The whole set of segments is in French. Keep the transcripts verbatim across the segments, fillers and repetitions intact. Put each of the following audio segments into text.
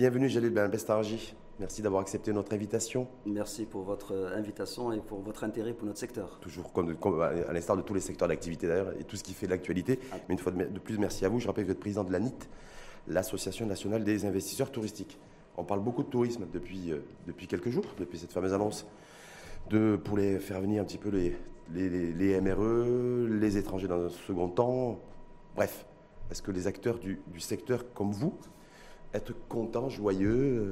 Bienvenue Jalil Ben Bestarji. Merci d'avoir accepté notre invitation. Merci pour votre invitation et pour votre intérêt pour notre secteur. Toujours comme, comme à l'instar de tous les secteurs d'activité d'ailleurs et tout ce qui fait l'actualité. Ah. Mais une fois de plus, merci à vous. Je rappelle que vous êtes président de l'A N I T, l'Association nationale des investisseurs touristiques. On parle beaucoup de tourisme depuis, euh, depuis quelques jours, depuis cette fameuse annonce de, pour les faire venir un petit peu les, les, les, les M R E, les étrangers dans un second temps. Bref, est-ce que les acteurs du, du secteur comme vous êtes contents, joyeux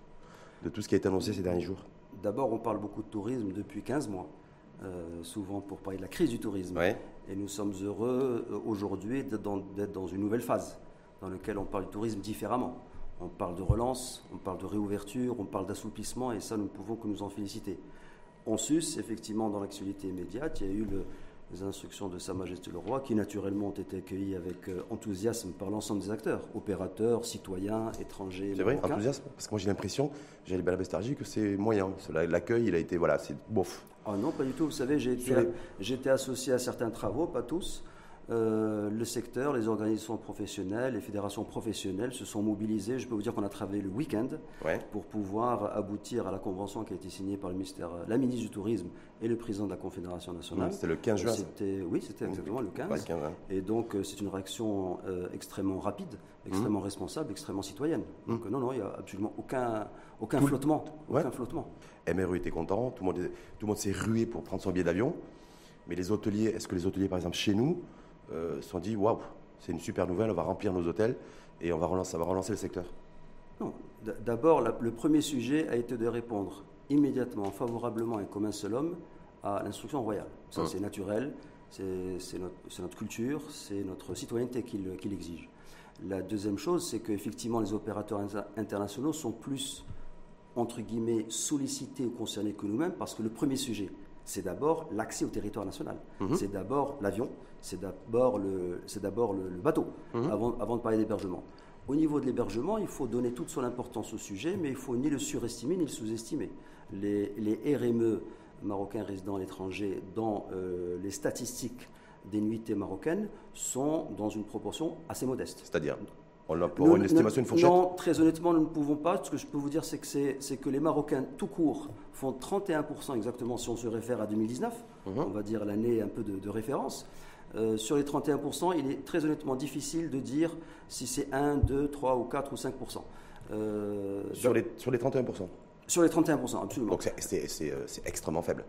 de tout ce qui a été annoncé ces derniers jours? D'abord, on parle beaucoup de tourisme depuis quinze mois, euh, souvent pour parler de la crise du tourisme. Ouais. Et nous sommes heureux euh, aujourd'hui d'être dans, d'être dans une nouvelle phase dans laquelle on parle du tourisme différemment. On parle de relance, on parle de réouverture, on parle d'assouplissement et ça, nous ne pouvons que nous en féliciter. En sus, effectivement, dans l'actualité immédiate, il y a eu le, les instructions de Sa Majesté le Roi qui, naturellement, ont été accueillies avec euh, enthousiasme par l'ensemble des acteurs, opérateurs, citoyens, étrangers. C'est vrai, enthousiasme? Parce que moi, j'ai l'impression, Jalil Ben Bestarji, que c'est moyen. L'accueil, il a été, voilà, c'est bof. Ah non, pas du tout. Vous savez, j'ai été, les... j'ai été associé à certains travaux, pas tous. Euh, le secteur, les organisations professionnelles, les fédérations professionnelles se sont mobilisées. Je peux vous dire qu'on a travaillé le week-end ouais. pour pouvoir aboutir à la convention qui a été signée par le ministère, la ministre du Tourisme et le président de la Confédération nationale. Mmh, c'était le quinze juin. C'était, oui, c'était exactement mmh. le quinze. Ouais, quinze hein. Et donc, c'est une réaction euh, extrêmement rapide, extrêmement mmh. responsable, extrêmement citoyenne. Mmh. Donc, non, non, il n'y a absolument aucun, aucun tout flottement. Ouais. Aucun flottement. M R E était content, tout le monde, tout le monde s'est rué pour prendre son billet d'avion. Mais les hôteliers, est-ce que les hôteliers, par exemple, chez nous, Euh, se sont dit waouh, c'est une super nouvelle, on va remplir nos hôtels et on va relancer, ça va relancer le secteur? Non, d'abord, la, le premier sujet a été de répondre immédiatement, favorablement et comme un seul homme à l'instruction royale. Ça, mmh. c'est naturel, c'est notre, notre culture, c'est notre citoyenneté qui, le, qui l'exige. La deuxième chose, c'est qu'effectivement, les opérateurs internationaux sont plus, entre guillemets, sollicités ou concernés que nous-mêmes parce que le premier sujet, c'est d'abord l'accès au territoire national. Mmh. C'est d'abord l'avion, c'est d'abord le, c'est d'abord le, le bateau, mmh. avant, avant de parler d'hébergement. Au niveau de l'hébergement, il faut donner toute son importance au sujet, mais il ne faut ni le surestimer ni le sous-estimer. Les, les R M E marocains résidant à l'étranger dans euh, les statistiques des nuitées marocaines sont dans une proportion assez modeste. C'est-à-dire on a pour une estimation, une fourchette? Non, très honnêtement, nous ne pouvons pas. Ce que je peux vous dire, c'est que, c'est, c'est que les Marocains, tout court, font trente et un pour cent exactement si on se réfère à deux mille dix-neuf, mmh. on va dire l'année un peu de, de référence. Euh, sur les trente et un pour cent, il est très honnêtement difficile de dire si c'est un, deux, trois ou quatre ou cinq pour cent. Euh, sur, les, sur les trente et un pour cent? Sur les trente et un pour cent, absolument. Donc c'est, c'est, c'est, c'est extrêmement faible.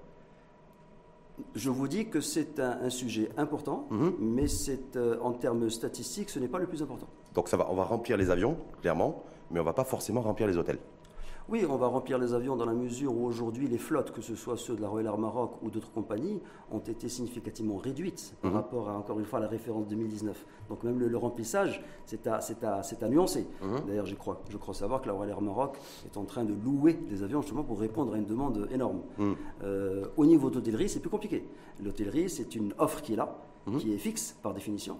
Je vous dis que c'est un, un sujet important, mmh. mais c'est, euh, en termes statistiques, ce n'est pas le plus important. Donc ça va, on va remplir les avions, clairement, mais on ne va pas forcément remplir les hôtels. Oui, on va remplir les avions dans la mesure où aujourd'hui les flottes, que ce soit ceux de la Royal Air Maroc ou d'autres compagnies, ont été significativement réduites mmh. par rapport à, encore une fois, à la référence deux mille dix-neuf. Donc même le, le remplissage, c'est à, c'est à, c'est à nuancer. Mmh. D'ailleurs, je crois, je crois savoir que la Royal Air Maroc est en train de louer des avions justement pour répondre à une demande énorme. Mmh. Euh, au niveau d'hôtellerie, c'est plus compliqué. L'hôtellerie, c'est une offre qui est là, mmh. qui est fixe par définition.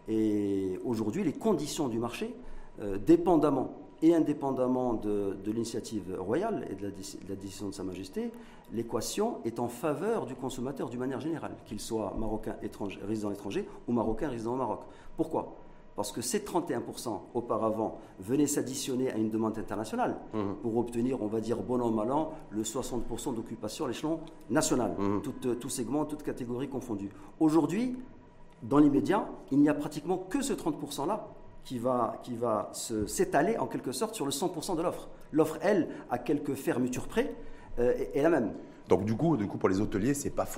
Et aujourd'hui, les conditions du marché, euh, dépendamment et indépendamment de, de l'initiative royale et de la, de la décision de Sa Majesté, l'équation est en faveur du consommateur d'une manière générale, qu'il soit marocain étranger, résident à l'étranger ou marocain résident au Maroc. Pourquoi ? Parce que ces trente et un pour cent auparavant venaient s'additionner à une demande internationale mmh. pour obtenir, on va dire bon an, mal an, le soixante pour cent d'occupation à l'échelon national, mmh. tout, tout segment, toutes catégories confondues. Aujourd'hui, dans l'immédiat, il n'y a pratiquement que ce trente pour cent-là qui va, qui va se, s'étaler en quelque sorte sur le cent pour cent de l'offre. L'offre, elle, à quelques fermetures près, euh, est, est la même. Donc du coup, du coup pour les hôteliers, ce n'est pas,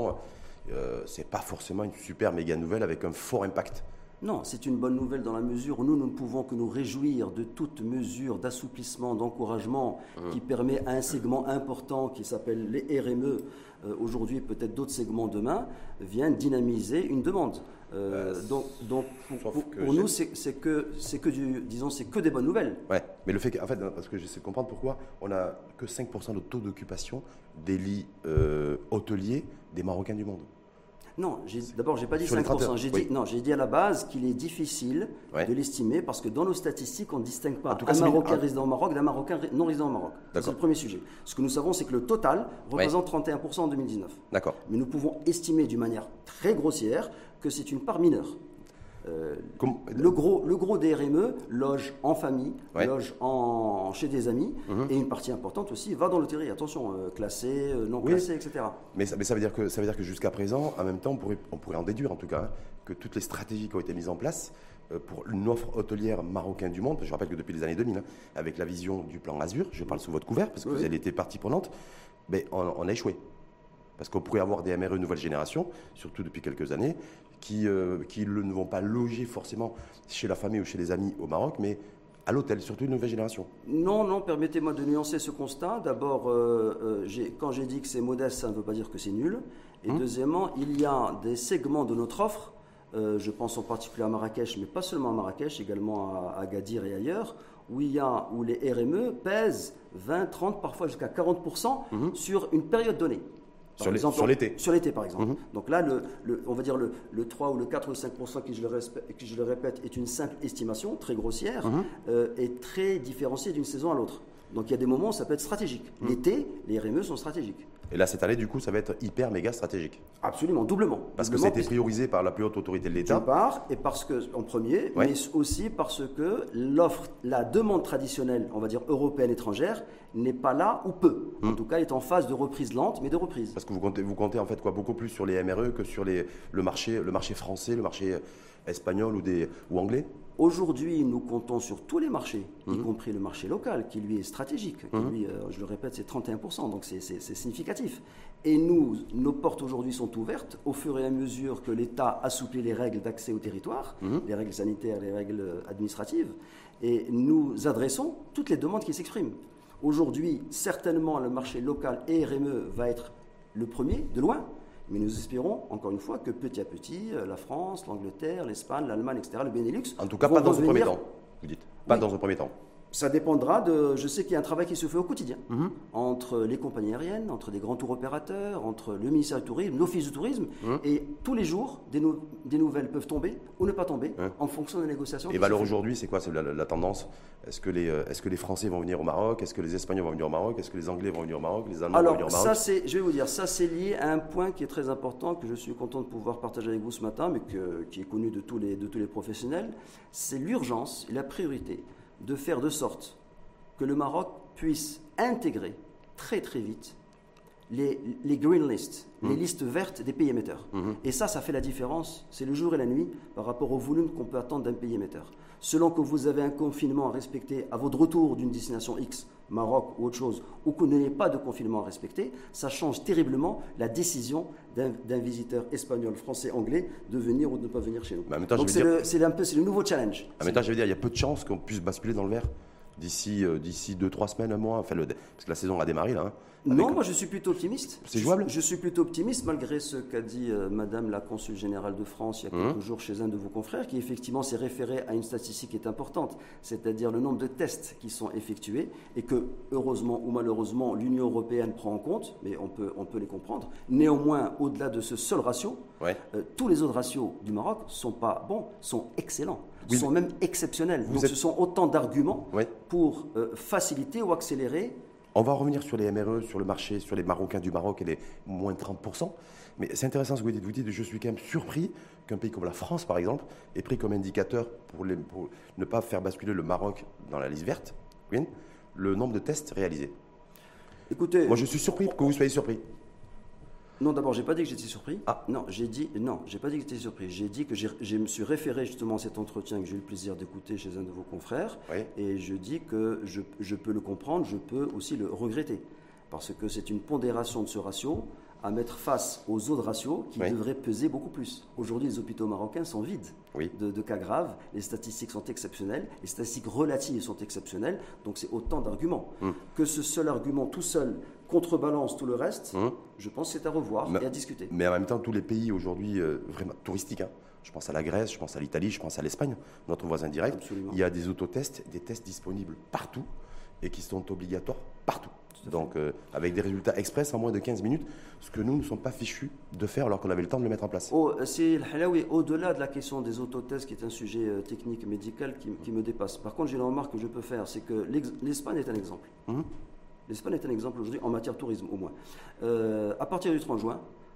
euh, pas forcément une super méga nouvelle avec un fort impact. Non, c'est une bonne nouvelle dans la mesure où nous, nous ne pouvons que nous réjouir de toute mesure d'assouplissement, d'encouragement mmh. qui permet à un segment important qui s'appelle les R M E, euh, aujourd'hui peut-être d'autres segments demain, vient dynamiser une demande. Euh, euh, donc, donc pour, pour, pour nous, c'est, c'est que, c'est que du, disons, c'est que des bonnes nouvelles. Ouais, mais le fait qu'en fait, parce que j'essaie de comprendre pourquoi on n'a que cinq pour cent de taux d'occupation des lits euh, hôteliers des Marocains du monde. Non, j'ai, d'abord, je n'ai pas dit cinq pour cent. J'ai, oui. dit, non, j'ai dit à la base qu'il est difficile ouais. de l'estimer parce que dans nos statistiques, on ne distingue pas cas, un Marocain résident au Maroc d'un Marocain non résident au Maroc. C'est le premier sujet. Ce que nous savons, c'est que le total représente ouais. trente et un pour cent en deux mille dix-neuf. D'accord. Mais nous pouvons estimer d'une manière très grossière que c'est une part mineure. euh, le, gros, le gros des R M E loge en famille, ouais. loge en, chez des amis, mmh. et une partie importante aussi va dans l'hôtellerie. Attention, euh, classé, euh, non oui. classé, et cetera. Mais ça, mais ça veut dire que, ça veut dire que jusqu'à présent, en même temps, on pourrait, on pourrait en déduire en tout cas, hein, que toutes les stratégies qui ont été mises en place euh, pour une offre hôtelière marocaine du monde, je rappelle que depuis les années deux mille, hein, avec la vision du plan Azur, je parle sous votre couvert parce que oui. vous avez été partie prenante, mais on, on a échoué. Parce qu'on pourrait avoir des M R E nouvelle génération, surtout depuis quelques années, qui, euh, qui ne vont pas loger forcément chez la famille ou chez les amis au Maroc, mais à l'hôtel, surtout une nouvelle génération. Non, non, permettez-moi de nuancer ce constat. D'abord, euh, euh, j'ai, quand j'ai dit que c'est modeste, ça ne veut pas dire que c'est nul. Et hum. deuxièmement, il y a des segments de notre offre, euh, je pense en particulier à Marrakech, mais pas seulement à Marrakech, également à, à Agadir et ailleurs, où, il y a, où les R M E pèsent vingt, trente, parfois jusqu'à quarante pour cent hum. sur une période donnée. Sur, exemple, sur l'été. Sur l'été, par exemple. Mmh. Donc là, le, le, on va dire le, le trois ou le quatre ou le cinq pour cent qui, je le, respect, qui, je le répète, est une simple estimation, très grossière, mmh. euh, et très différenciée d'une saison à l'autre. Donc il y a des moments où ça peut être stratégique. Mmh. L'été, les R M E sont stratégiques. Et là, cette année, du coup, ça va être hyper méga stratégique. Absolument, doublement. Parce doublement, que c'était priorisé par la plus haute autorité de l'État. D'une part, et parce que, en premier, ouais. mais aussi parce que l'offre, la demande traditionnelle, on va dire européenne, étrangère, n'est pas là ou peu. Hum. En tout cas, est en phase de reprise lente, mais de reprise. Parce que vous comptez, vous comptez en fait quoi, beaucoup plus sur les M R E que sur les, le, marché, le marché français, le marché espagnol ou, des, ou anglais. Aujourd'hui, nous comptons sur tous les marchés, mmh. y compris le marché local, qui lui est stratégique. Qui, mmh. lui, euh, je le répète, c'est trente et un pour cent, donc c'est, c'est, c'est significatif. Et nous, nos portes aujourd'hui sont ouvertes au fur et à mesure que l'État assouplit les règles d'accès au territoire, mmh. les règles sanitaires, les règles administratives, et nous adressons toutes les demandes qui s'expriment. Aujourd'hui, certainement, le marché local et R M E va être le premier, de loin. Mais nous espérons, encore une fois, que petit à petit, la France, l'Angleterre, l'Espagne, l'Allemagne, et cetera, le Benelux... En tout cas, pas dans revenir... un premier temps, vous dites. Pas oui. dans un premier temps. Ça dépendra de... Je sais qu'il y a un travail qui se fait au quotidien, mm-hmm. entre les compagnies aériennes, entre des grands tours opérateurs, entre le ministère du Tourisme, l'Office du Tourisme, mm-hmm. et tous les jours, des, nou... des nouvelles peuvent tomber ou ne pas tomber, mm-hmm. en fonction des négociations. Et alors aujourd'hui, c'est quoi c'est la, la tendance ? Est-ce que, les, est-ce que les Français vont venir au Maroc ? Est-ce que les Espagnols vont venir au Maroc ? Est-ce que les Anglais vont venir au Maroc ? Les Allemands alors, vont venir au Maroc ? Alors, ça, c'est, je vais vous dire, ça, c'est lié à un point qui est très important, que je suis content de pouvoir partager avec vous ce matin, mais que, qui est connu de tous les, de tous les professionnels. C'est l'urgence et la priorité de faire de sorte que le Maroc puisse intégrer très très vite les, les green lists, mmh. les listes vertes des pays émetteurs. Mmh. Et ça, ça fait la différence, c'est le jour et la nuit par rapport au volume qu'on peut attendre d'un pays émetteur. Selon que vous avez un confinement à respecter à votre retour d'une destination X, Maroc ou autre chose, ou que vous n'ayez pas de confinement à respecter, ça change terriblement la décision d'un, d'un visiteur espagnol, français, anglais de venir ou de ne pas venir chez nous. Mais en même temps, Donc c'est, dire... le, c'est, un peu, c'est le nouveau challenge. En même temps, je veux dire, il y a peu de chances qu'on puisse basculer dans le vert. D'ici, euh, d'ici deux, trois semaines, un mois, enfin le, parce que la saison a démarré là. Hein, non, moi je suis plutôt optimiste. C'est jouable ? Je, je suis plutôt optimiste malgré ce qu'a dit euh, Madame la Consul Générale de France il y a quelques mmh. jours chez un de vos confrères, qui effectivement s'est référé à une statistique qui est importante, c'est-à-dire le nombre de tests qui sont effectués et que, heureusement ou malheureusement, l'Union européenne prend en compte, mais on peut, on peut les comprendre. Néanmoins, au-delà de ce seul ratio, ouais. euh, tous les autres ratios du Maroc ne sont pas bons, sont excellents. Oui, sont même exceptionnels. Donc êtes... ce sont autant d'arguments oui. pour euh, faciliter ou accélérer. On va revenir sur les M R E, sur le marché, sur les Marocains du Maroc et les moins trente pour cent. Mais c'est intéressant ce que vous dites. Vous dites, je suis quand même surpris qu'un pays comme la France, par exemple, ait pris comme indicateur pour, les, pour ne pas faire basculer le Maroc dans la liste verte, oui, le nombre de tests réalisés. Écoutez, moi je suis surpris que vous soyez surpris. Non, d'abord, j'ai pas dit que j'étais surpris. Ah. Non, j'ai dit non, j'ai pas dit que j'étais surpris. J'ai dit que j'ai, je me suis référé justement à cet entretien que j'ai eu le plaisir d'écouter chez un de vos confrères, oui. et je dis que je, je peux le comprendre, je peux aussi le regretter, parce que c'est une pondération de ce ratio à mettre face aux autres ratios qui oui. devraient peser beaucoup plus. Aujourd'hui, les hôpitaux marocains sont vides oui. de, de cas graves, les statistiques sont exceptionnelles, les statistiques relatives sont exceptionnelles, donc c'est autant d'arguments. Hum. Que ce seul argument tout seul contrebalance tout le reste, hum. je pense que c'est à revoir mais, et à discuter. Mais en même temps, tous les pays aujourd'hui euh, vraiment touristiques, hein, je pense à la Grèce, je pense à l'Italie, je pense à l'Espagne, notre voisin direct, Absolument. Il y a des autotests, des tests disponibles partout et qui sont obligatoires partout. Donc, euh, avec des résultats express en moins de quinze minutes, ce que nous ne sommes pas fichus de faire alors qu'on avait le temps de le mettre en place. Oh, c'est Halaoui, au-delà de la question des autotests, qui est un sujet euh, technique, médical, qui, qui me dépasse. Par contre, j'ai une remarque que je peux faire, c'est que l'Espagne est un exemple. Mmh. L'Espagne est un exemple aujourd'hui en matière de tourisme, au moins. Euh, à partir du trente juin,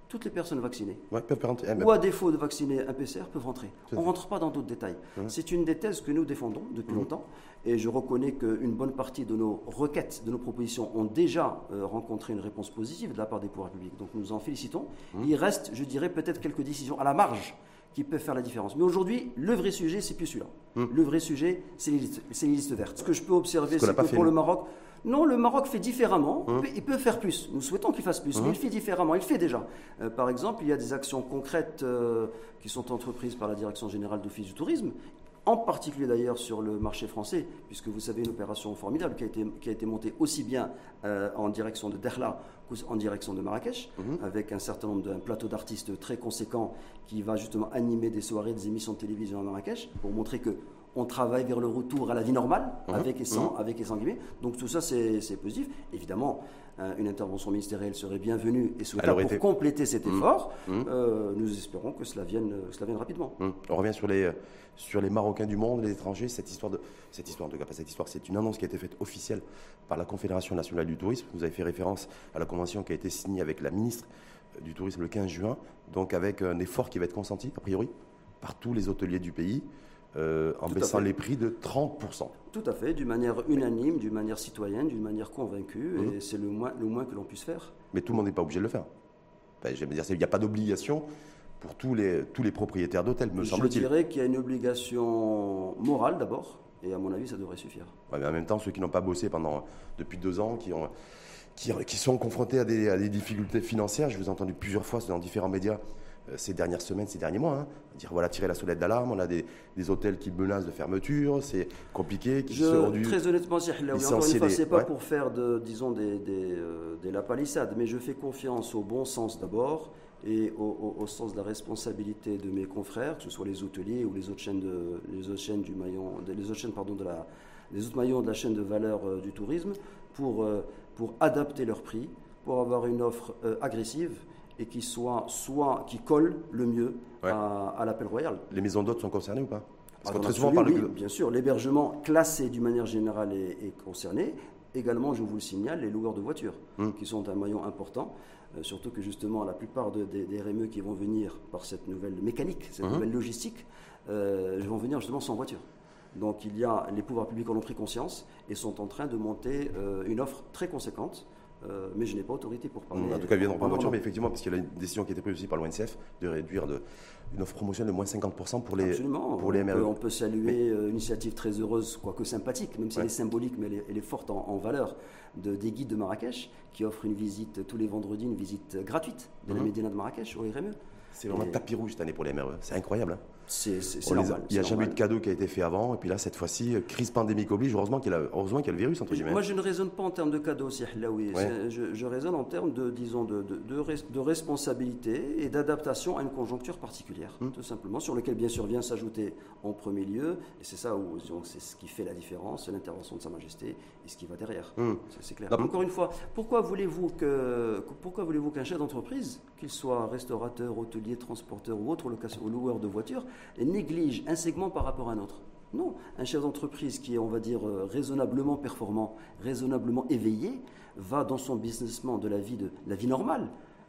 toutes les personnes vaccinées, ouais, peuvent rentrer, eh, ou à défaut de vacciner un P C R, peuvent rentrer. C'est On ne ça. rentre pas dans d'autres détails. Mmh. C'est une des thèses que nous défendons depuis mmh. longtemps, et je reconnais qu'une bonne partie de nos requêtes, de nos propositions, ont déjà euh, rencontré une réponse positive de la part des pouvoirs publics. Donc nous nous en félicitons. Mmh. Il reste, je dirais, peut-être quelques décisions à la marge qui peuvent faire la différence. Mais aujourd'hui, le vrai sujet, c'est plus celui-là. Mmh. Le vrai sujet, c'est les, listes, c'est les listes vertes. Ce que je peux observer, Ce c'est que pour le Maroc... Non, le Maroc fait différemment. Mmh. Il peut faire plus. Nous souhaitons qu'il fasse plus, mmh. mais il fait différemment. Il fait déjà. Euh, par exemple, il y a des actions concrètes euh, qui sont entreprises par la Direction générale d'Office du tourisme, en particulier d'ailleurs sur le marché français, puisque vous savez une opération formidable qui a été, qui a été montée aussi bien euh, en direction de Dakhla qu'en direction de Marrakech, mmh. avec un certain nombre d'un plateau d'artistes très conséquent qui va justement animer des soirées, des émissions de télévision à Marrakech, pour montrer que on travaille vers le retour à la vie normale, mmh. avec, et sans, mmh. avec et sans guillemets. Donc tout ça, c'est, c'est positif. Évidemment, euh, une intervention ministérielle serait bienvenue et souhaitable pour été... compléter cet effort. Mmh. Euh, nous espérons que cela vienne, cela vienne rapidement. Mmh. On revient sur les, sur les Marocains du monde, les étrangers. Cette histoire, de, cette histoire, en tout cas pas cette histoire, c'est une annonce qui a été faite officielle par la Confédération nationale du tourisme. Vous avez fait référence à la convention qui a été signée avec la ministre du tourisme le quinze juin, donc avec un effort qui va être consenti, a priori, par tous les hôteliers du pays. Euh, en Tout baissant les prix de trente pour cent. Tout à fait, d'une manière unanime, d'une manière citoyenne, d'une manière convaincue, mmh. et c'est le moins, le moins que l'on puisse faire. Mais tout le monde n'est pas obligé de le faire. Enfin, je veux dire, il n'y a pas d'obligation pour tous les, tous les propriétaires d'hôtels, me semble-t-il. Je dirais qu'il y a une obligation morale d'abord, et à mon avis, ça devrait suffire. Ouais, mais en même temps, ceux qui n'ont pas bossé pendant, depuis deux ans, qui, ont, qui, qui sont confrontés à des, à des difficultés financières, je vous ai entendu plusieurs fois dans différents médias, ces dernières semaines, ces derniers mois, hein, dire voilà, tirer la sonnette d'alarme, on a des, des hôtels qui menacent de fermeture, c'est compliqué. Qui je, seront du, très honnêtement, si encore une fois, c'est pas ouais. pour faire de, disons, des, des, euh, des la palissade, mais je fais confiance au bon sens d'abord et au, au, au sens de la responsabilité de mes confrères, que ce soit les hôteliers ou les autres chaînes de, les autres chaînes du maillon, les autres chaînes pardon de la, les autres maillons de la chaîne de valeur euh, du tourisme, pour euh, pour adapter leurs prix, pour avoir une offre euh, agressive. Et qui soit, soit qui colle le mieux ouais. à, à l'appel royal. Les maisons d'hôtes sont concernées ou pas? Parce ah, que très souvent, parle oui, de... bien sûr. L'hébergement classé d'une manière générale est, est concerné. Également, je vous le signale, les loueurs de voitures, hum. qui sont un maillon important. Euh, surtout que justement, la plupart de, de, des R M E qui vont venir par cette nouvelle mécanique, cette hum. nouvelle logistique, euh, vont venir justement sans voiture. Donc, il y a, les pouvoirs publics en ont pris conscience et sont en train de monter euh, une offre très conséquente. Euh, mais je n'ai pas autorité pour parler. En tout cas, ils viendront en voiture, mais effectivement, parce qu'il y a une décision qui a été prise aussi par l'O N C F de réduire de, une offre promotionnelle de moins cinquante pour cent pour les, Absolument. Pour les M R E. On peut, on peut saluer mais... une initiative très heureuse, quoique sympathique, même si ouais. elle est symbolique, mais elle est, elle est forte en, en valeur, de, des guides de Marrakech, qui offrent une visite tous les vendredis, une visite gratuite de mm-hmm. la Médina de Marrakech au R M E. C'est vraiment et... tapis rouge cette année pour les M R E. C'est incroyable. Hein. C'est, c'est, c'est normal. Il n'y a jamais eu de cadeau qui a été fait avant, et puis là, cette fois-ci, crise pandémique oblige. Heureusement qu'il y a, heureusement qu'il y a le virus, entre guillemets. Moi, je ne raisonne pas en termes de cadeaux aussi, Hlaoui. Ouais. Je, je raisonne en termes de, disons, de, de, de, de responsabilité et d'adaptation à une conjoncture particulière, hum. tout simplement, sur lequel, bien sûr, vient s'ajouter en premier lieu, et c'est ça où disons, c'est ce qui fait la différence, c'est l'intervention de Sa Majesté et ce qui va derrière. Hum. C'est, c'est clair. Non. Encore une fois, pourquoi voulez-vous, que, pourquoi voulez-vous qu'un chef d'entreprise, qu'il soit restaurateur, hôtelier, transporteur ou autre, ou loueur de voitures, néglige un segment par rapport à un autre? Non, un chef d'entreprise qui est, on va dire, raisonnablement performant, raisonnablement éveillé, va dans son businessment de la vie, de, la vie normale,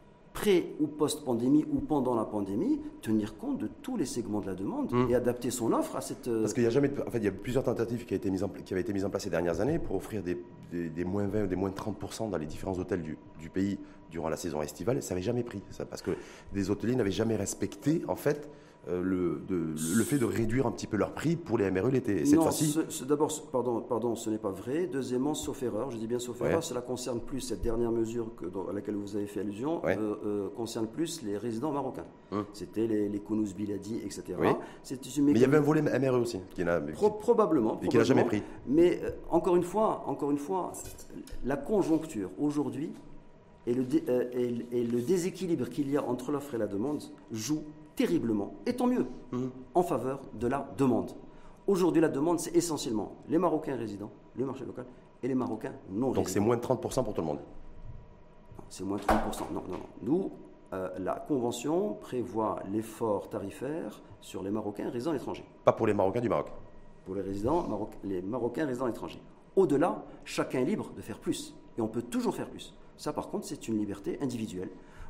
pré ou post-pandémie ou pendant la pandémie, tenir compte de tous les segments de la demande mmh. et adapter son offre à cette... Parce qu'il y a jamais, de, en fait, il y a plusieurs tentatives qui, a été mises en, qui avaient été mises en place ces dernières années pour offrir des, des, des moins vingt ou des moins trente pour cent dans les différents hôtels du, du pays durant la saison estivale, et ça n'avait jamais pris, ça, parce que des hôteliers n'avaient jamais respecté, en fait, Euh, le, de, le fait de réduire un petit peu leur prix pour les M R E l'été. Cette non, fois-ci... ce, ce, d'abord, pardon, pardon, ce n'est pas vrai. Deuxièmement, sauf erreur, je dis bien sauf ouais. erreur, cela concerne plus, cette dernière mesure que, à laquelle vous avez fait allusion, ouais. euh, euh, concerne plus les résidents marocains. Hum. C'était les, les Kounous Biladi, et cetera. Oui. C'était une mécanique... Mais il y avait un volet M R E aussi, qui n'a, Pro, probablement. Et qui n'a jamais pris. Mais euh, encore une fois, encore une fois, la conjoncture aujourd'hui et le, dé, euh, et, et le déséquilibre qu'il y a entre l'offre et la demande joue terriblement, et tant mieux, mmh. en faveur de la demande. Aujourd'hui, la demande, c'est essentiellement les Marocains résidents, le marché local, et les Marocains non résidents. Donc c'est moins de trente pour cent pour tout le monde? Non, c'est moins de trente pour cent. Non, non, non. Nous, euh, la Convention prévoit l'effort tarifaire sur les Marocains résidents étrangers. Pas pour les Marocains du Maroc? Pour les résidents, Maroc, les Marocains résidents étrangers. Au-delà, chacun est libre de faire plus, et on peut toujours faire plus. Ça, par contre, c'est une liberté individuelle,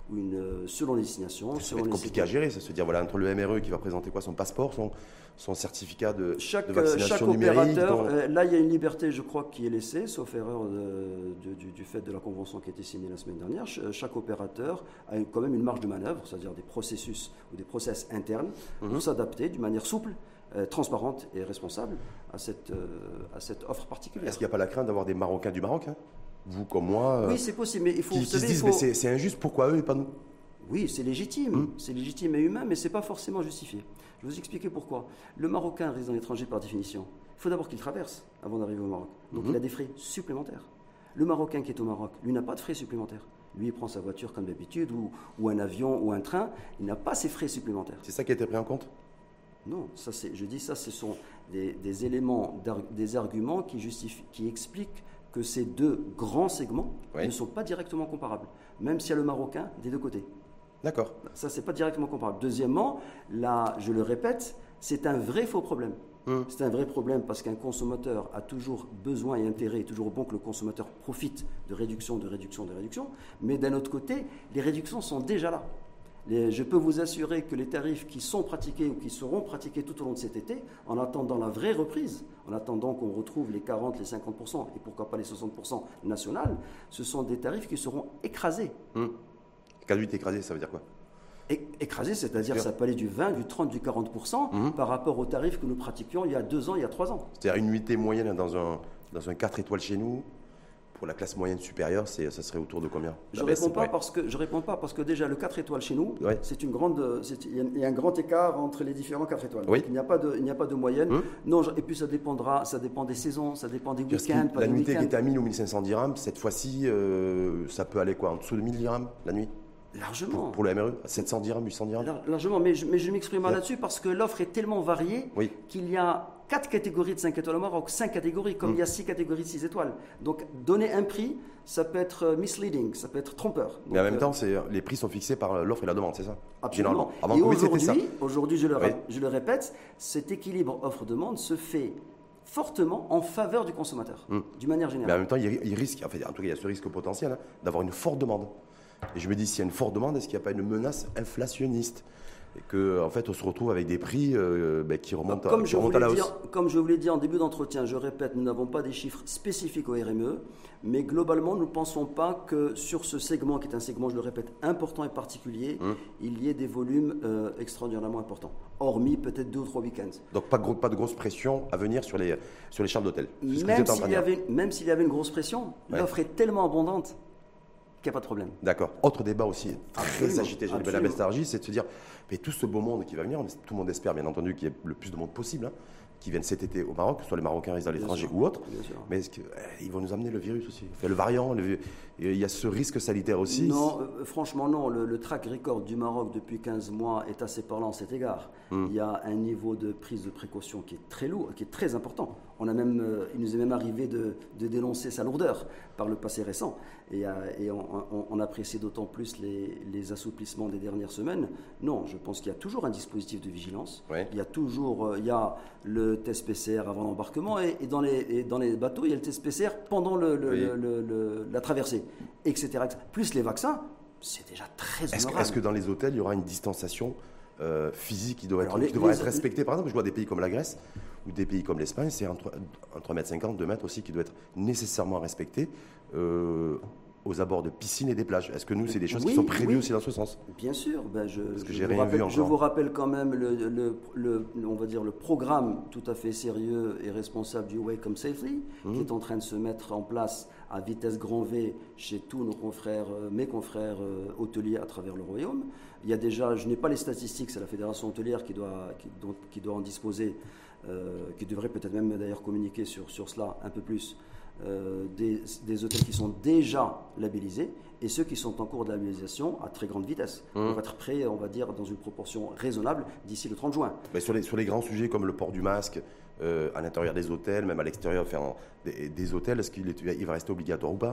ou une, selon les destinations. Ça selon va être les compliqué à gérer, ça se dire, voilà, entre le M R E qui va présenter quoi, son passeport, son, son certificat de, chaque, de vaccination chaque numérique. opérateur, dans... euh, là il y a une liberté je crois qui est laissée, sauf erreur de, de, du, du fait de la convention qui a été signée la semaine dernière. Ch chaque opérateur a une, quand même une marge de manœuvre, c'est-à-dire des processus ou des process internes pour mmh. s'adapter d'une manière souple, euh, transparente et responsable à cette, euh, à cette offre particulière. Est-ce qu'il n'y a pas la crainte d'avoir des Marocains du Maroc, hein, vous comme moi, oui, c'est possible, mais il faut qui, qui se disent faut... mais c'est injuste, pourquoi eux et pas nous? Oui, c'est légitime, mmh. c'est légitime et humain, mais ce n'est pas forcément justifié. Je vais vous expliquer pourquoi. Le Marocain résident à l'étranger par définition. Il faut d'abord qu'il traverse avant d'arriver au Maroc. Donc mmh. il a des frais supplémentaires. Le Marocain qui est au Maroc, lui, n'a pas de frais supplémentaires. Lui, il prend sa voiture comme d'habitude, ou, ou un avion, ou un train. Il n'a pas ses frais supplémentaires. C'est ça qui a été pris en compte? Non, ça, je dis ça, ce sont des, des éléments, des arguments qui, justifient, qui expliquent que ces deux grands segments oui. ne sont pas directement comparables, même s'il y a le Marocain des deux côtés. D'accord. Ça, c'est pas directement comparable. Deuxièmement, là, je le répète, c'est un vrai faux problème. Hum. C'est un vrai problème parce qu'un consommateur a toujours besoin et intérêt, toujours bon que le consommateur profite de réduction, de réduction, de réduction. Mais d'un autre côté, les réductions sont déjà là. Les, je peux vous assurer que les tarifs qui sont pratiqués ou qui seront pratiqués tout au long de cet été, en attendant la vraie reprise, en attendant qu'on retrouve les quarante, les cinquante pour cent et pourquoi pas les soixante pour cent nationales, ce sont des tarifs qui seront écrasés. Hum. Quand tu dis écrasé, ça veut dire quoi? Écrasé, c'est-à-dire que ça peut aller du vingt, du trente, du quarante pour cent mmh. par rapport aux tarifs que nous pratiquions il y a deux ans, il y a trois ans. C'est-à-dire une nuitée moyenne dans un, dans un quatre étoiles chez nous, pour la classe moyenne supérieure, ça serait autour de combien? Je ne réponds, réponds pas parce que déjà le quatre étoiles chez nous, ouais. c'est une grande, il y a un grand écart entre les différents quatre étoiles. Oui. Donc, il n'y a pas de, il n'y a pas de moyenne. Mmh. Non, et puis ça dépendra, ça dépend des saisons, ça dépend des week-ends. La nuitée qui était à mille ou mille cinq cents dirhams, cette fois-ci, euh, ça peut aller quoi, en dessous de mille dirhams la nuit? Largement. Pour, pour le M R E, sept cents dirhams, huit cents dirhams. Largement, mais je, mais je m'exprime ouais. là-dessus parce que l'offre est tellement variée oui. qu'il y a quatre catégories de cinq étoiles au Maroc, cinq catégories, comme mmh. il y a six catégories de six étoiles. Donc, donner un prix, ça peut être misleading, ça peut être trompeur. Donc, mais en même euh, temps, les prix sont fixés par l'offre et la demande, c'est ça? Absolument. Avant et aujourd'hui, aujourd'hui, je, oui. je le répète, cet équilibre offre-demande se fait fortement en faveur du consommateur, mmh. d'une manière générale. Mais en même temps, il, il risque, en, fait, en tout cas, il y a ce risque potentiel hein, d'avoir une forte demande. Et je me dis, s'il y a une forte demande, est-ce qu'il n'y a pas une menace inflationniste? Et qu'en en fait, on se retrouve avec des prix euh, ben, qui remontent, comme à, qui remontent à la hausse. Dire, comme je vous l'ai dit en début d'entretien, je répète, nous n'avons pas des chiffres spécifiques au R M E, mais globalement, nous ne pensons pas que sur ce segment, qui est un segment, je le répète, important et particulier, hum. il y ait des volumes euh, extraordinairement importants, hormis peut-être deux ou trois week-ends. Donc pas de, gros, pas de grosse pression à venir sur les, sur les chambres d'hôtel? Même s'il y avait, même s'il y avait une grosse pression, ouais. l'offre est tellement abondante qu'il n'y a pas de problème. D'accord. Autre débat aussi très absolument, agité chez la Bestargie, c'est de se dire, mais tout ce beau monde qui va venir, tout le monde espère bien entendu qu'il y ait le plus de monde possible, hein, qui viennent cet été au Maroc, que ce soit les Marocains résidant à l'étranger ou autres, mais est-ce qu'ils eh, vont nous amener le virus aussi? Enfin, le variant, le, il y a ce risque sanitaire aussi? Non, euh, franchement non. Le, le track record du Maroc depuis quinze mois est assez parlant à cet égard. Hum. Il y a un niveau de prise de précaution qui est très lourd, qui est très important. On a même, euh, il nous est même arrivé de, de dénoncer sa lourdeur par le passé récent. Et, euh, et on, on, on apprécie d'autant plus les, les assouplissements des dernières semaines. Non, je pense qu'il y a toujours un dispositif de vigilance. Oui. Il y a toujours euh, il y a le test P C R avant l'embarquement et, et, dans les, et dans les bateaux, il y a le test P C R pendant le, le, oui. le, le, la traversée, et cetera, et cetera. Plus les vaccins, c'est déjà très est-ce honorable. Que, est-ce que dans les hôtels, il y aura une distanciation euh, physique qui doit être, les, qui devra les, être respectée? Par exemple, je vois des pays comme la Grèce ou des pays comme l'Espagne, c'est entre, entre un mètre cinquante, deux mètres aussi qui doit être nécessairement respecté. Euh, aux abords de piscines et des plages. Est-ce que nous, c'est des choses oui, qui sont prévues oui. aussi dans ce sens? Bien sûr. Ben je, Parce que je, j'ai vous rien rappelle, vu je vous rappelle quand même le, le, le, on va dire le programme tout à fait sérieux et responsable du Wake Up Safely, mmh. qui est en train de se mettre en place à vitesse grand V chez tous nos confrères, mes confrères hôteliers à travers le Royaume. Il y a déjà, je n'ai pas les statistiques, c'est la Fédération hôtelière qui doit, qui, donc, qui doit en disposer, euh, qui devrait peut-être même d'ailleurs communiquer sur, sur cela un peu plus. Euh, des, des hôtels qui sont déjà labellisés et ceux qui sont en cours de labellisation à très grande vitesse. Mmh. On va être prêt, on va dire, dans une proportion raisonnable d'ici le trente juin. Mais sur, les, sur les grands sujets comme le port du masque, euh, à l'intérieur des hôtels, même à l'extérieur, enfin, des, des hôtels, est-ce qu'il est, il va rester obligatoire ou pas?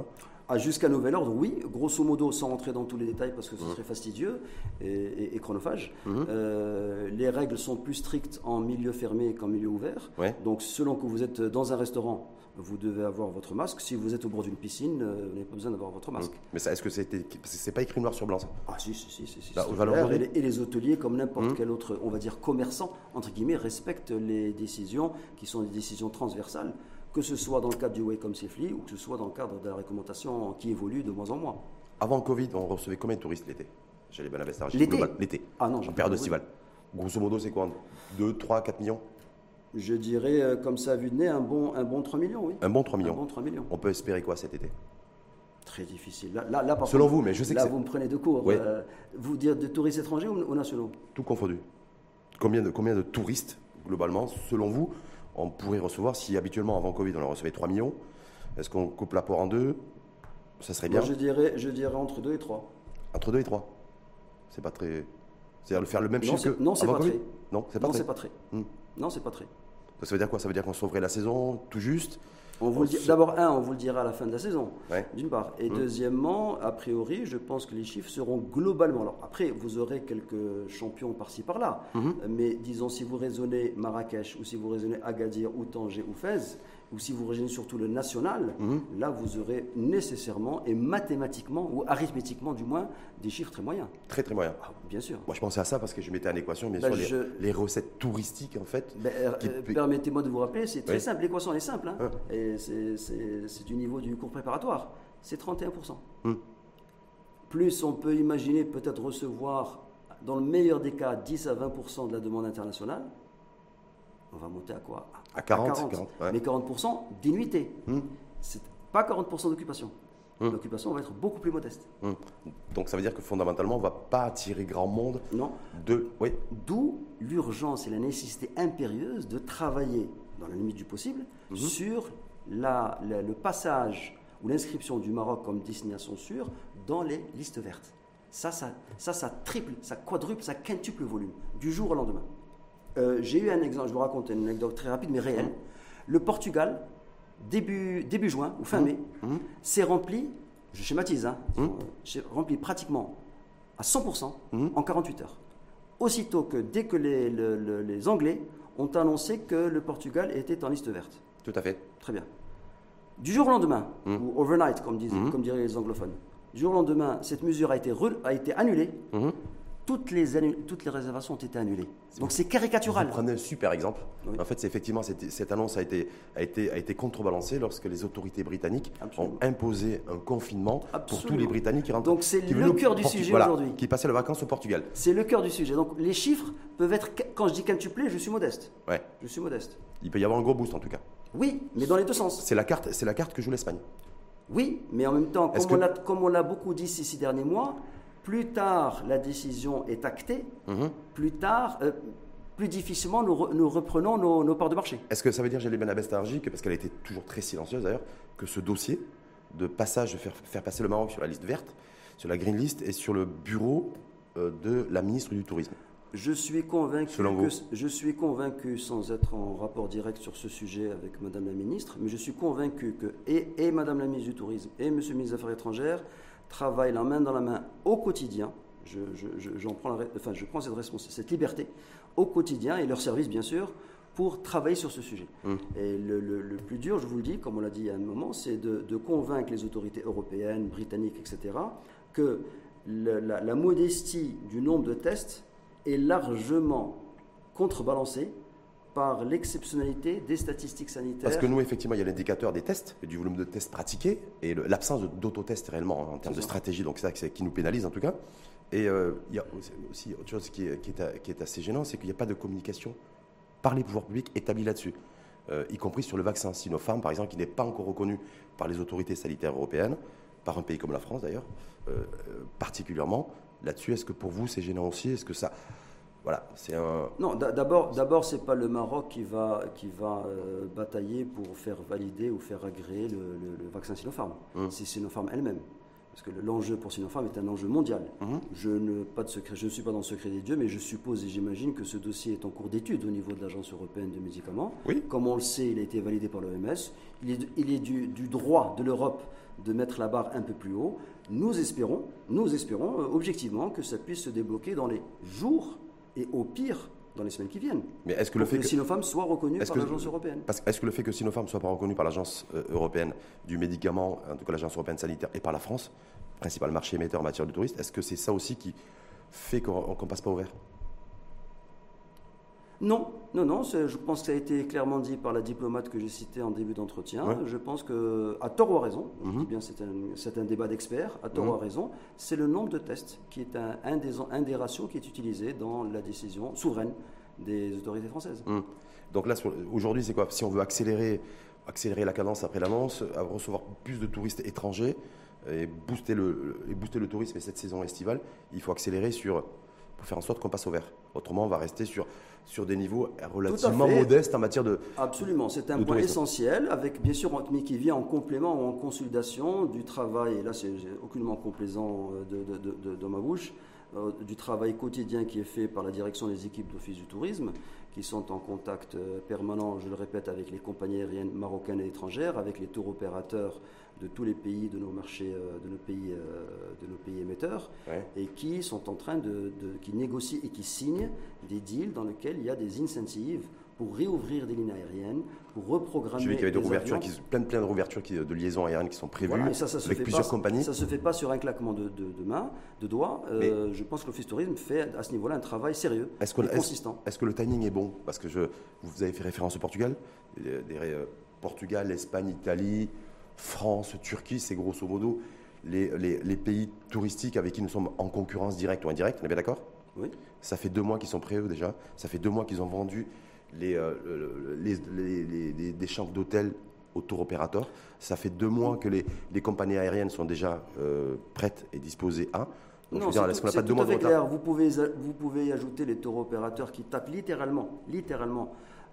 Ah, jusqu'à nouvel ordre, oui. Grosso modo, sans rentrer dans tous les détails parce que ce Mmh. serait fastidieux et, et- et chronophage, Mmh. euh, les règles sont plus strictes en milieu fermé qu'en milieu ouvert. Ouais. Donc, selon que vous êtes dans un restaurant, vous devez avoir votre masque. Si vous êtes au bord d'une piscine, euh, vous n'avez pas besoin d'avoir votre masque. Mais ça, est-ce que c'était, c'est pas écrit noir sur blanc ça? Ah si, si, si, si, si, Là, c'est aux valeurs clair. d'origine. et, les, et les hôteliers, comme n'importe Mmh. quel autre, on va dire, commerçant, entre guillemets, respectent les décisions qui sont des décisions transversales, que ce soit dans le cadre du Wacom Safely ou que ce soit dans le cadre de la réglementation qui évolue de mois en mois. Avant le Covid, on recevait combien de touristes l'été? Chez les Benabès Argy, L'été global, L'été. Ah non, En j'ai période pas estivale. Grosso modo, c'est quoi? deux, trois, quatre millions? Je dirais, euh, comme ça, à vue de nez, un bon, un bon trois millions, oui. Un bon trois Un millions. bon trois millions. On peut espérer quoi cet été? Très difficile. Là, là, là, par Selon contre, vous, mais je sais que là, c'est- vous me prenez de court. Oui. Euh, vous dire de touristes étrangers ou, ou nationaux? Tout confondu. Combien de, combien de touristes, globalement, selon vous, on pourrait recevoir si habituellement, avant Covid, on en recevait trois millions? Est-ce qu'on coupe l'apport en deux? Ça serait bien. Moi, je dirais, je dirais entre deux et trois. Entre deux et trois. C'est pas très. C'est-à-dire de faire le même Non, chiffre c'est- que. non, c'est avant pas Covid très. Non, c'est pas Non, très. c'est pas très. Hmm. Non, c'est pas très. Ça veut dire quoi? Ça veut dire qu'on sauverait la saison tout juste? On vous On le dit- se- D'abord, un, on vous le dira à la fin de la saison, Ouais. d'une part. Et Mm. deuxièmement, a priori, je pense que les chiffres seront globalement. Alors après, vous aurez quelques champions par-ci par-là. Mhm. Mais disons, si vous raisonnez Marrakech, ou si vous raisonnez Agadir, ou Tanger, ou Fès, ou si vous raisonnez surtout le national, Mhm. là, vous aurez nécessairement et mathématiquement, ou arithmétiquement du moins, des chiffres très moyens. Très très moyen. Ah, bien sûr. Moi, je pensais à ça parce que je mettais en équation, bien Ben, sûr, les, je- les recettes touristiques, en fait. Ben, euh, qui euh, peut- Permettez-moi de vous rappeler, c'est très Oui. simple, l'équation elle est simple, hein. Hein. Et c'est- c'est c'est du niveau du cours préparatoire, c'est trente et un pour cent. Hum. Plus on peut imaginer peut-être recevoir, dans le meilleur des cas, dix à vingt pour cent de la demande internationale, on va monter à quoi? À quarante, quarante, ouais. Mais quarante pour cent d'inuité, Hum. c'est pas quarante pour cent d'occupation. Hum. L'occupation va être beaucoup plus modeste. Hum. Donc ça veut dire que fondamentalement, on ne va pas attirer grand monde Non. de. Oui. D'où l'urgence et la nécessité impérieuse de travailler, dans la limite du possible, Mhm. sur la- la- le passage ou l'inscription du Maroc comme destination sûre dans les listes vertes. Ça, ça, ça, ça triple, ça quadruple, ça quintuple le volume, du jour au lendemain. Euh, J'ai eu un exemple, je vous raconte une anecdote très rapide mais réelle. Le Portugal, début, début juin ou fin Mhm. mai, Mhm. s'est rempli, je schématise, hein, Mhm. s'est rempli pratiquement à cent pour cent Mhm. en quarante-huit heures. Aussitôt que, dès que les, le- le- les Anglais ont annoncé que le Portugal était en liste verte. Tout à fait. Très bien. Du jour au lendemain, Mhm. ou overnight, comme, disent, Mhm. comme diraient les anglophones, du jour au lendemain, cette mesure a été, re- a été annulée. Mhm. Toutes les, annu- toutes les réservations ont été annulées. Donc c'est caricatural. Vous prenez un super exemple. Oui. En fait, c'est effectivement, cette, cette annonce a été, a, été, a été contrebalancée lorsque les autorités britanniques Absolument. ont imposé un confinement pour Absolument. tous les Britanniques qui rentrent. Donc c'est qui le venaient au cœur du Portu- sujet voilà, aujourd'hui. Qui passaient les vacances au Portugal. C'est le cœur du sujet. Donc les chiffres peuvent être, quand je dis quintuplé, je suis modeste. Ouais. Je suis modeste. Il peut y avoir un gros boost en tout cas. Oui, mais dans les deux sens. C'est la carte, c'est la carte que joue l'Espagne. Oui, mais en même temps, Est-ce comme, que- on l'a, comme on l'a beaucoup dit ces six derniers mois, plus tard la décision est actée, Mhm. plus tard, euh, plus difficilement nous, re- nous reprenons nos, nos parts de marché. Est-ce que ça veut dire, Gélie Benabès Argy, que parce qu'elle a été toujours très silencieuse d'ailleurs, que ce dossier de passage, de faire, faire passer le Maroc sur la liste verte, sur la green list, est sur le bureau euh, de la ministre du Tourisme? Je suis convaincu Selon que vous. je suis convaincu, sans être en rapport direct sur ce sujet avec Madame la Ministre, mais je suis convaincu que et, et Madame la Ministre du Tourisme et Monsieur le Ministre des Affaires étrangères travaillent la main dans la main au quotidien. Je, je- je- j'en prends, la re- enfin, je prends cette responsabilité, cette liberté au quotidien et leur service bien sûr pour travailler sur ce sujet. Mm. Et le, le- le plus dur, je vous le dis, comme on l'a dit il y a un moment, c'est de, de convaincre les autorités européennes, britanniques, et cetera, que le- la, la modestie du nombre de tests est largement contrebalancée par l'exceptionnalité des statistiques sanitaires. Parce que nous, effectivement, il y a l'indicateur des tests, et du volume de tests pratiqués, et le- l'absence de- d'autotests réellement en termes de ça. stratégie, donc c'est ça qui c'est- qui nous pénalise en tout cas. Et euh, il y a aussi- aussi autre chose qui est, qui est a- qui est assez gênant, c'est qu'il n'y a pas de communication par les pouvoirs publics établie là-dessus, Euh, y compris sur le vaccin Sinopharm, par exemple, qui n'est pas encore reconnu par les autorités sanitaires européennes, par un pays comme la France d'ailleurs, euh, euh, particulièrement. Là-dessus, est-ce que pour vous, c'est gênant aussi? Est-ce que ça... Voilà, c'est un... Non, d'a- d'abord, d'abord, c'est pas le Maroc qui va, qui va euh, batailler pour faire valider ou faire agréer le, le- le vaccin Sinopharm. Mm. C'est Sinopharm elle-même. parce que l'enjeu pour Sinopharm est un enjeu mondial. Mmh. Je, ne, pas de secret, je ne suis pas dans le secret des dieux, mais je suppose et j'imagine que ce dossier est en cours d'étude au niveau de l'Agence européenne des médicaments. Oui. Comme on le sait, il a été validé par l'O M S. Il est, il est du, du droit de l'Europe de mettre la barre un peu plus haut. Nous espérons, nous espérons euh, objectivement que ça puisse se débloquer dans les jours et au pire dans les semaines qui viennent. Mais est-ce que le fait que, que Sinopharm soit reconnu par que, l'Agence européenne? Parce, est-ce que le fait que Sinopharm ne soit pas reconnu par l'Agence euh, européenne du médicament, en tout cas l'Agence européenne sanitaire, et par la France, principal marché émetteur en matière de tourisme, est-ce que c'est ça aussi qui fait qu'on ne passe pas au vert? Non, non, non. Je pense que ça a été clairement dit par la diplomate que j'ai citée en début d'entretien. Ouais. Je pense que, à tort ou à raison, mm-hmm. je dis bien c'est un, c'est un débat d'experts, à tort mm-hmm. ou à raison, c'est le nombre de tests qui est un, un, des, un des ratios qui est utilisé dans la décision souveraine des autorités françaises. Mm. Donc là, aujourd'hui, c'est quoi? Si on veut accélérer, accélérer la cadence après l'annonce, recevoir plus de touristes étrangers et booster le, et booster le tourisme et cette saison estivale, il faut accélérer sur, pour faire en sorte qu'on passe au vert. Autrement, on va rester sur, sur des niveaux relativement modestes en matière de Absolument, c'est un point tourisme. essentiel, avec bien sûr, mais qui vient en complément ou en consolidation du travail, et là c'est aucunement complaisant de, de, de, de, de ma bouche, euh, du travail quotidien qui est fait par la direction des équipes d'Office du tourisme, qui sont en contact permanent, je le répète, avec les compagnies aériennes marocaines et étrangères, avec les tours opérateurs de tous les pays, de nos marchés, de nos pays, de nos pays émetteurs, ouais. et qui sont en train de, de, qui négocient et qui signent des deals dans lesquels il y a des incentives pour réouvrir des lignes aériennes, pour reprogrammer. J'ai vu qu'il y avait des rouvertures, qui, plein, plein de rouvertures qui, de liaisons aériennes qui sont prévues, voilà, ça, ça avec plusieurs pas, compagnies. Ça ne se fait pas sur un claquement de, de, de main, de doigts. Euh, je pense que l'Office Tourisme fait à ce niveau-là un travail sérieux est-ce et consistant. Est-ce, est-ce que le timing est bon? Parce que je, vous avez fait référence au Portugal, des, des, euh, Portugal, Espagne, Italie, France, Turquie, c'est grosso modo les, les, les pays touristiques avec qui nous sommes en concurrence directe ou indirecte, on est bien d'accord? Oui. Ça fait deux mois qu'ils sont prêts, eux, déjà. Ça fait deux mois qu'ils ont vendu les, euh, les, les, les, les, des chambres d'hôtel aux tour opérateurs. Ça fait deux mois que les, les compagnies aériennes sont déjà euh, prêtes et disposées à. Donc, non, je veux dire, est-ce qu'on n'a pas de demande de retard? Vous pouvez, vous pouvez y ajouter les tour opérateurs qui tapent littéralement, littéralement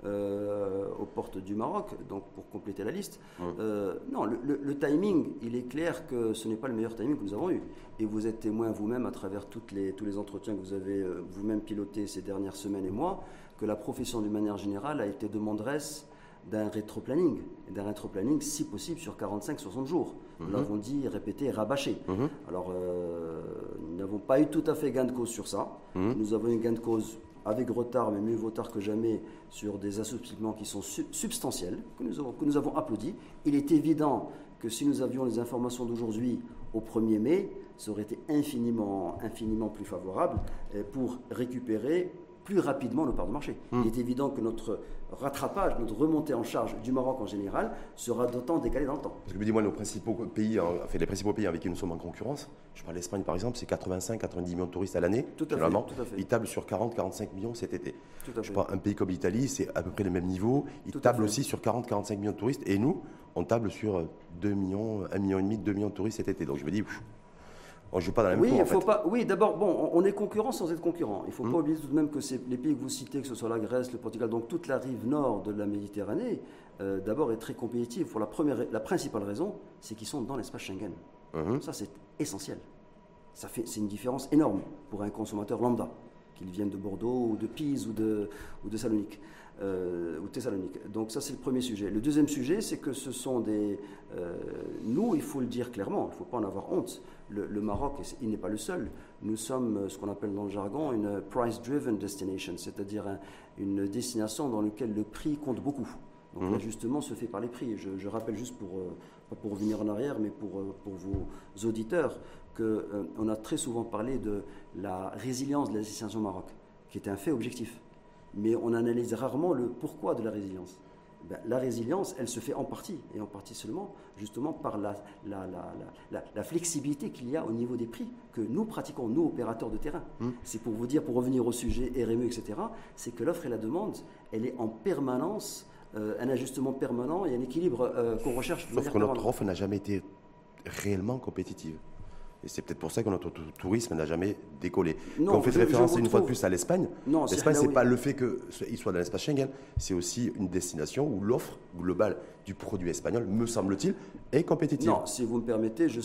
Euh, aux portes du Maroc, donc pour compléter la liste. Mmh. Euh, non, le, le, le timing, il est clair que ce n'est pas le meilleur timing que nous avons eu. Et vous êtes témoin vous-même à travers toutes les, tous les entretiens que vous avez euh, vous-même pilotés ces dernières semaines et mois, que la profession d'une manière générale a été demanderesse d'un rétro-planning, et d'un rétro-planning si possible sur quarante-cinq à soixante jours. Mmh. Nous l'avons dit, répété et rabâché. Mmh. Alors, euh, nous n'avons pas eu tout à fait gain de cause sur ça. Mmh. Nous avons eu gain de cause avec retard, mais mieux vaut tard que jamais, sur des assouplissements qui sont su- substantiels, que nous, avons, que nous avons applaudis. Il est évident que si nous avions les informations d'aujourd'hui au premier mai, ça aurait été infiniment, infiniment plus favorable pour récupérer plus rapidement nos parts de marché. Mmh. Il est évident que notre rattrapage, notre remontée en charge du Maroc en général sera d'autant décalée dans le temps. Parce que dis-moi, nos principaux pays, enfin, les principaux pays avec qui nous sommes en concurrence, je parle d'Espagne par exemple, c'est quatre-vingt-cinq à quatre-vingt-dix millions de touristes à l'année. Tout à généralement. fait, tout à fait. Ils tablent sur quarante à quarante-cinq millions cet été. Tout à fait. Je sais pas, un pays comme l'Italie, c'est à peu près le même niveau. Ils tout tablent aussi sur quarante à quarante-cinq millions de touristes. Et nous, on table sur deux millions, un million et demi, deux millions de touristes cet été. Donc je me dis, pff, on ne joue pas dans la même oui, cour, il en faut fait. pas, oui, d'abord, bon, on est concurrent sans être concurrent. Il ne faut mmh. pas oublier tout de même que c'est les pays que vous citez, que ce soit la Grèce, le Portugal, donc toute la rive nord de la Méditerranée, euh, d'abord est très compétitive. Pour la, première, la principale raison, c'est qu'ils sont dans l'espace Schengen. Mmh. Ça, c'est essentiel. Ça fait, c'est une différence énorme pour un consommateur lambda, qu'il vienne de Bordeaux ou de Pise ou de, ou de Salonique. Euh, ou Thessalonique. Donc ça, c'est le premier sujet. Le deuxième sujet, c'est que ce sont des... Euh, nous, il faut le dire clairement, il ne faut pas en avoir honte. Le, le Maroc, il n'est pas le seul. Nous sommes ce qu'on appelle dans le jargon une price-driven destination, c'est-à-dire un, une destination dans laquelle le prix compte beaucoup. Donc mmh. l'ajustement se fait par les prix. Je, je rappelle juste, pour, euh, pas pour revenir en arrière, mais pour, euh, pour vos auditeurs, qu'on euh, a très souvent parlé de la résilience de la destination Maroc, qui est un fait objectif. Mais on analyse rarement le pourquoi de la résilience. Ben, la résilience, elle se fait en partie, et en partie seulement, justement par la, la, la, la, la flexibilité qu'il y a au niveau des prix que nous pratiquons, nous, opérateurs de terrain. Mmh. C'est pour vous dire, pour revenir au sujet R M E, et cetera, c'est que l'offre et la demande, elle est en permanence, euh, un ajustement permanent et un équilibre euh, qu'on recherche. Sauf que notre offre n'a jamais été réellement compétitive. Et c'est peut-être pour ça que notre tourisme n'a jamais décollé. Non, Quand on fait je, référence une retrouve... fois de plus à l'Espagne, non, l'Espagne, ce n'est pas oui. le fait qu'il soit dans l'espace Schengen, c'est aussi une destination où l'offre globale du produit espagnol, me semble-t-il, est compétitive. Non, si vous me permettez, je serais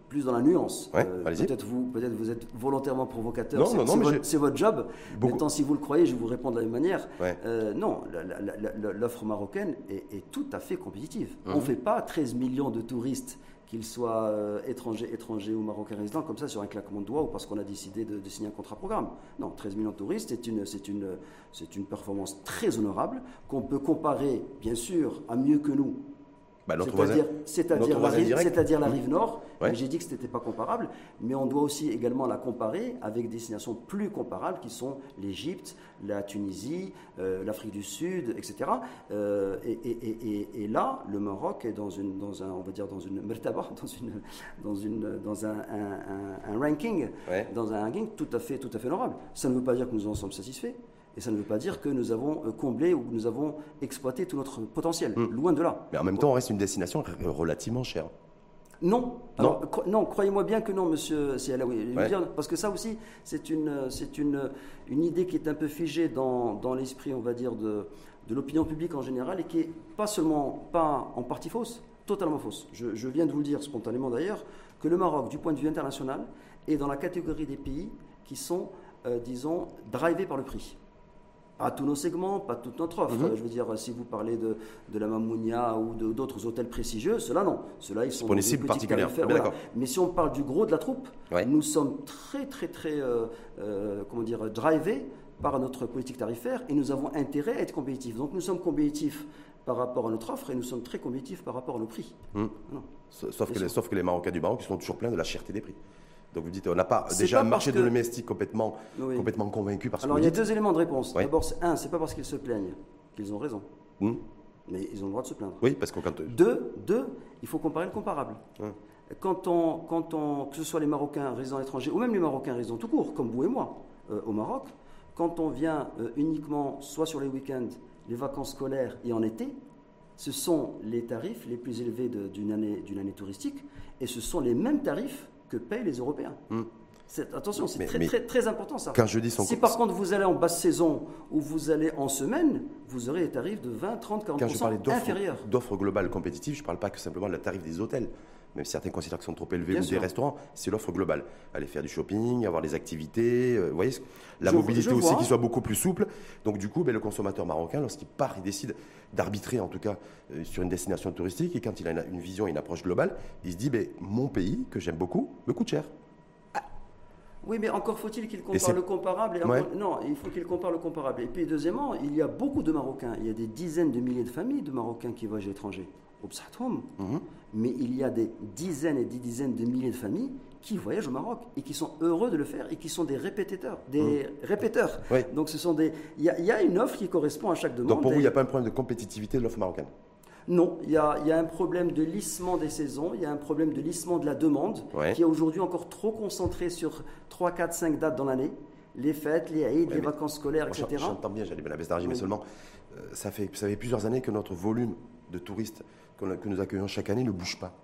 plus dans la nuance. Ouais, euh, allez-y. peut-être vous, peut-être vous êtes volontairement provocateur. Non, c'est, non, non, c'est mais votre, j'ai- c'est votre job. Beaucoup. Maintenant, si vous le croyez, je vais vous répondre de la même manière. Ouais. Euh, non, la- la- la- la- l'offre marocaine est, est tout à fait compétitive. Mhm. On ne fait pas treize millions de touristes, qu'ils soient euh, étrangers, étrangers ou marocains résidents, comme ça sur un claquement de doigts ou parce qu'on a décidé de, de signer un contrat programme. Non, treize millions de touristes, c'est une, c'est une, c'est une performance très honorable qu'on peut comparer, bien sûr, à mieux que nous. Bah, notre voisin, C'est-à-dire, c'est-à-dire notre la, voisin rive- direct. c'est-à-dire la rive nord. Ouais. Mais j'ai dit que ce n'était pas comparable, mais on doit aussi également la comparer avec des destinations plus comparables qui sont l'Égypte, la Tunisie, euh, l'Afrique du Sud, et cetera. Euh, et, et- et- et- et là, le Maroc est dans une, dans un, on va dire dans une mertaba, dans une, dans une, dans un, un- un- un ranking, Ouais. dans un ranking tout à fait, tout à fait honorable. Ça ne veut pas dire que nous en sommes satisfaits. Et ça ne veut pas dire que nous avons euh, comblé ou que nous avons exploité tout notre potentiel. Mm. Loin de là. Mais en même temps, on reste une destination r- relativement chère. Non, Alors, cro- non, croyez-moi bien que non, monsieur Sialaoui. Je veux Ouais. dire, parce que ça aussi, c'est une, c'est une, une idée qui est un peu figée dans, dans l'esprit, on va dire, de, de l'opinion publique en général et qui est pas seulement, pas en partie fausse, totalement fausse. Je, je viens de vous le dire spontanément d'ailleurs, que le Maroc, du point de vue international, est dans la catégorie des pays qui sont, euh, disons, drivés par le prix. Pas tous nos segments, pas toute notre offre. Mhm. Je veux dire, si vous parlez de, de la Mamounia ou de- d'autres hôtels prestigieux, ceux-là non. Ceux-là, ils sont pour une dans des cible petits particulière. tarifaires, Bien voilà. d'accord. Mais si on parle du gros de la troupe, Ouais. nous sommes très, très, très, euh, euh, comment dire, drivés par notre politique tarifaire et nous avons intérêt à être compétitifs. Donc nous sommes compétitifs par rapport à notre offre et nous sommes très compétitifs par rapport à nos prix. Hum. Non. Sauf que, Bien les, sûr. sauf que les Marocains du Maroc sont toujours pleins de la cherté des prix. Donc vous dites, on n'a pas C'est déjà pas un marché parce que- domestique complètement, Oui. complètement convaincu par ce que Alors vous il y a dites. deux éléments de réponse. Ouais. D'abord, c'est- un, c'est pas parce qu'ils se plaignent qu'ils ont raison, Hum. mais ils ont le droit de se plaindre. Oui, parce que quand... Deux, deux, il faut comparer le comparable. Ouais. Quand on, quand on, que ce soit les Marocains résidents étrangers ou même les Marocains résidents tout court, comme vous et moi, euh, au Maroc, quand on vient euh, uniquement soit sur les week-ends, les vacances scolaires et en été, ce sont les tarifs les plus élevés de- d'une année, d'une année touristique et ce sont les mêmes tarifs que payent les Européens. Hum. C'est- attention, c'est Mais- très, mais très, très important ça. Quand je dis son... Si par contre vous allez en basse saison ou vous allez en semaine, vous aurez des tarifs de vingt, trente, Quand je quarante parlais d'offres inférieurs. d'offres globales compétitives, je ne parle pas que simplement de la tarif des hôtels. Même si certains considèrent qu'ils sont trop élevés Bien ou sûr. des restaurants, c'est l'offre globale. Aller faire du shopping, avoir des activités, euh, vous voyez, ce- la Je- mobilité je aussi vois. qui soit beaucoup plus souple. Donc du coup, ben, le consommateur marocain, lorsqu'il part, il décide d'arbitrer en tout cas euh, sur une destination touristique et quand il a une, une vision et une approche globale, il se dit, ben, mon pays, que j'aime beaucoup, me coûte cher. Oui, mais encore faut-il qu'il c'est- compare le comparable. Et Ouais. encore- Non, il faut qu'il compare le comparable. Et puis, deuxièmement, il y a beaucoup de Marocains. Il y a des dizaines de milliers de familles de Marocains qui voyagent à l'étranger. Au Bsatoum. Mhm. Mais il y a des dizaines et des dizaines de milliers de familles qui voyagent au Maroc et qui sont heureux de le faire et qui sont des répétiteurs. Des répéteurs. Oui. Donc, ce sont des. Il y, a, il y a une offre qui correspond à chaque demande. Donc pour vous, Et- il n'y a pas un problème de compétitivité de l'offre marocaine. Non, il y, a, il y a un problème de lissement des saisons, il y a un problème de lissement de la demande, Ouais. qui est aujourd'hui encore trop concentré sur trois, quatre, cinq dates dans l'année, les fêtes, les Aïd, Ouais, les mais vacances scolaires, Moi, et cetera. J'entends bien, j'allais bien la baisse d'argent, mais Oui. seulement, euh, ça, fait, ça fait plusieurs années que notre volume de touristes qu'on a- que nous accueillons chaque année ne bouge pas.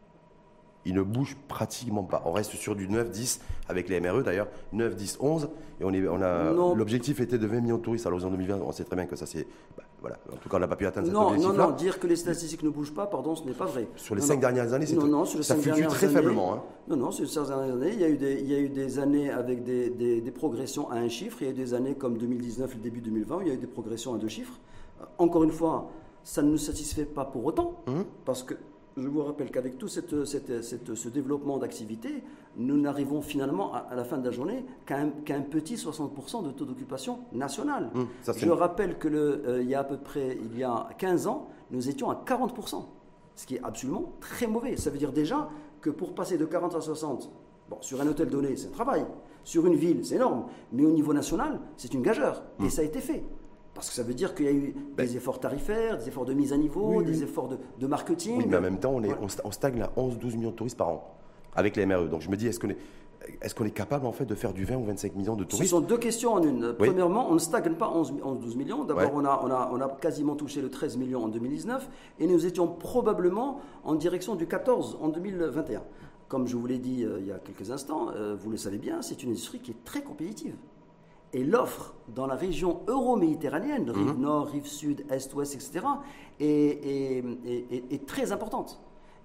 Il ne bouge pratiquement pas. On reste sur du neuf, dix, avec les M R E d'ailleurs, neuf, dix, onze, et on est, on a, Non. l'objectif était de vingt millions de touristes à l'horizon deux mille vingt. On sait très bien que ça c'est... bah, voilà. En tout cas, on n'a pas pu atteindre cet Non, non, objectif-là. non, dire que les statistiques ne bougent pas, pardon, ce n'est pas vrai. Sur les Non, cinq non. dernières années, c'est Non, tout- non, sur les ça cinq fluctue dernières très années- faiblement. Hein. Non, non, sur les cinq dernières années, il y a eu des, il y a eu des années avec des, des- des progressions à un chiffre, il y a eu des années comme deux mille dix-neuf, le début deux mille vingt, où il y a eu des progressions à deux chiffres. Euh, Encore une fois, ça ne nous satisfait pas pour autant, Mhm. parce que je vous rappelle qu'avec tout cette, cette- cette- ce développement d'activité, nous n'arrivons finalement à, à la fin de la journée qu'à un, qu'à un petit soixante pour cent de taux d'occupation national. Hum, ça, c'est- Je rappelle que le, euh, il y a à peu près il y a quinze ans, nous étions à quarante pour cent, ce qui est absolument très mauvais. Ça veut dire déjà que pour passer de quarante à soixante, bon, sur un hôtel donné, c'est un travail. Sur une ville, c'est énorme. Mais au niveau national, c'est une gageure. Et ça a été fait. Parce que ça veut dire qu'il y a eu Ben- des efforts tarifaires, des efforts de mise à niveau, Oui, oui. des efforts de, de marketing. Oui, mais en même temps, on, est, Ouais. on sta- on stagne à onze, douze millions de touristes par an avec les M R E. Donc je me dis, est-ce qu'on est, est-ce qu'on est capable en fait de faire du vingt ou vingt-cinq millions de Ce touristes? sont deux questions en une. Oui. Premièrement, on ne stagne pas onze douze millions. D'abord, Ouais. on, a, on, a, on a quasiment touché le treize millions en deux mille dix-neuf et nous étions probablement en direction du quatorze en deux mille vingt et un. Comme je vous l'ai dit euh, il y a quelques instants, euh, vous le savez bien, c'est une industrie qui est très compétitive. Et l'offre dans la région euro-méditerranéenne, rive nord, rive sud, est, ouest, et cetera, est, est- est- est- est très importante.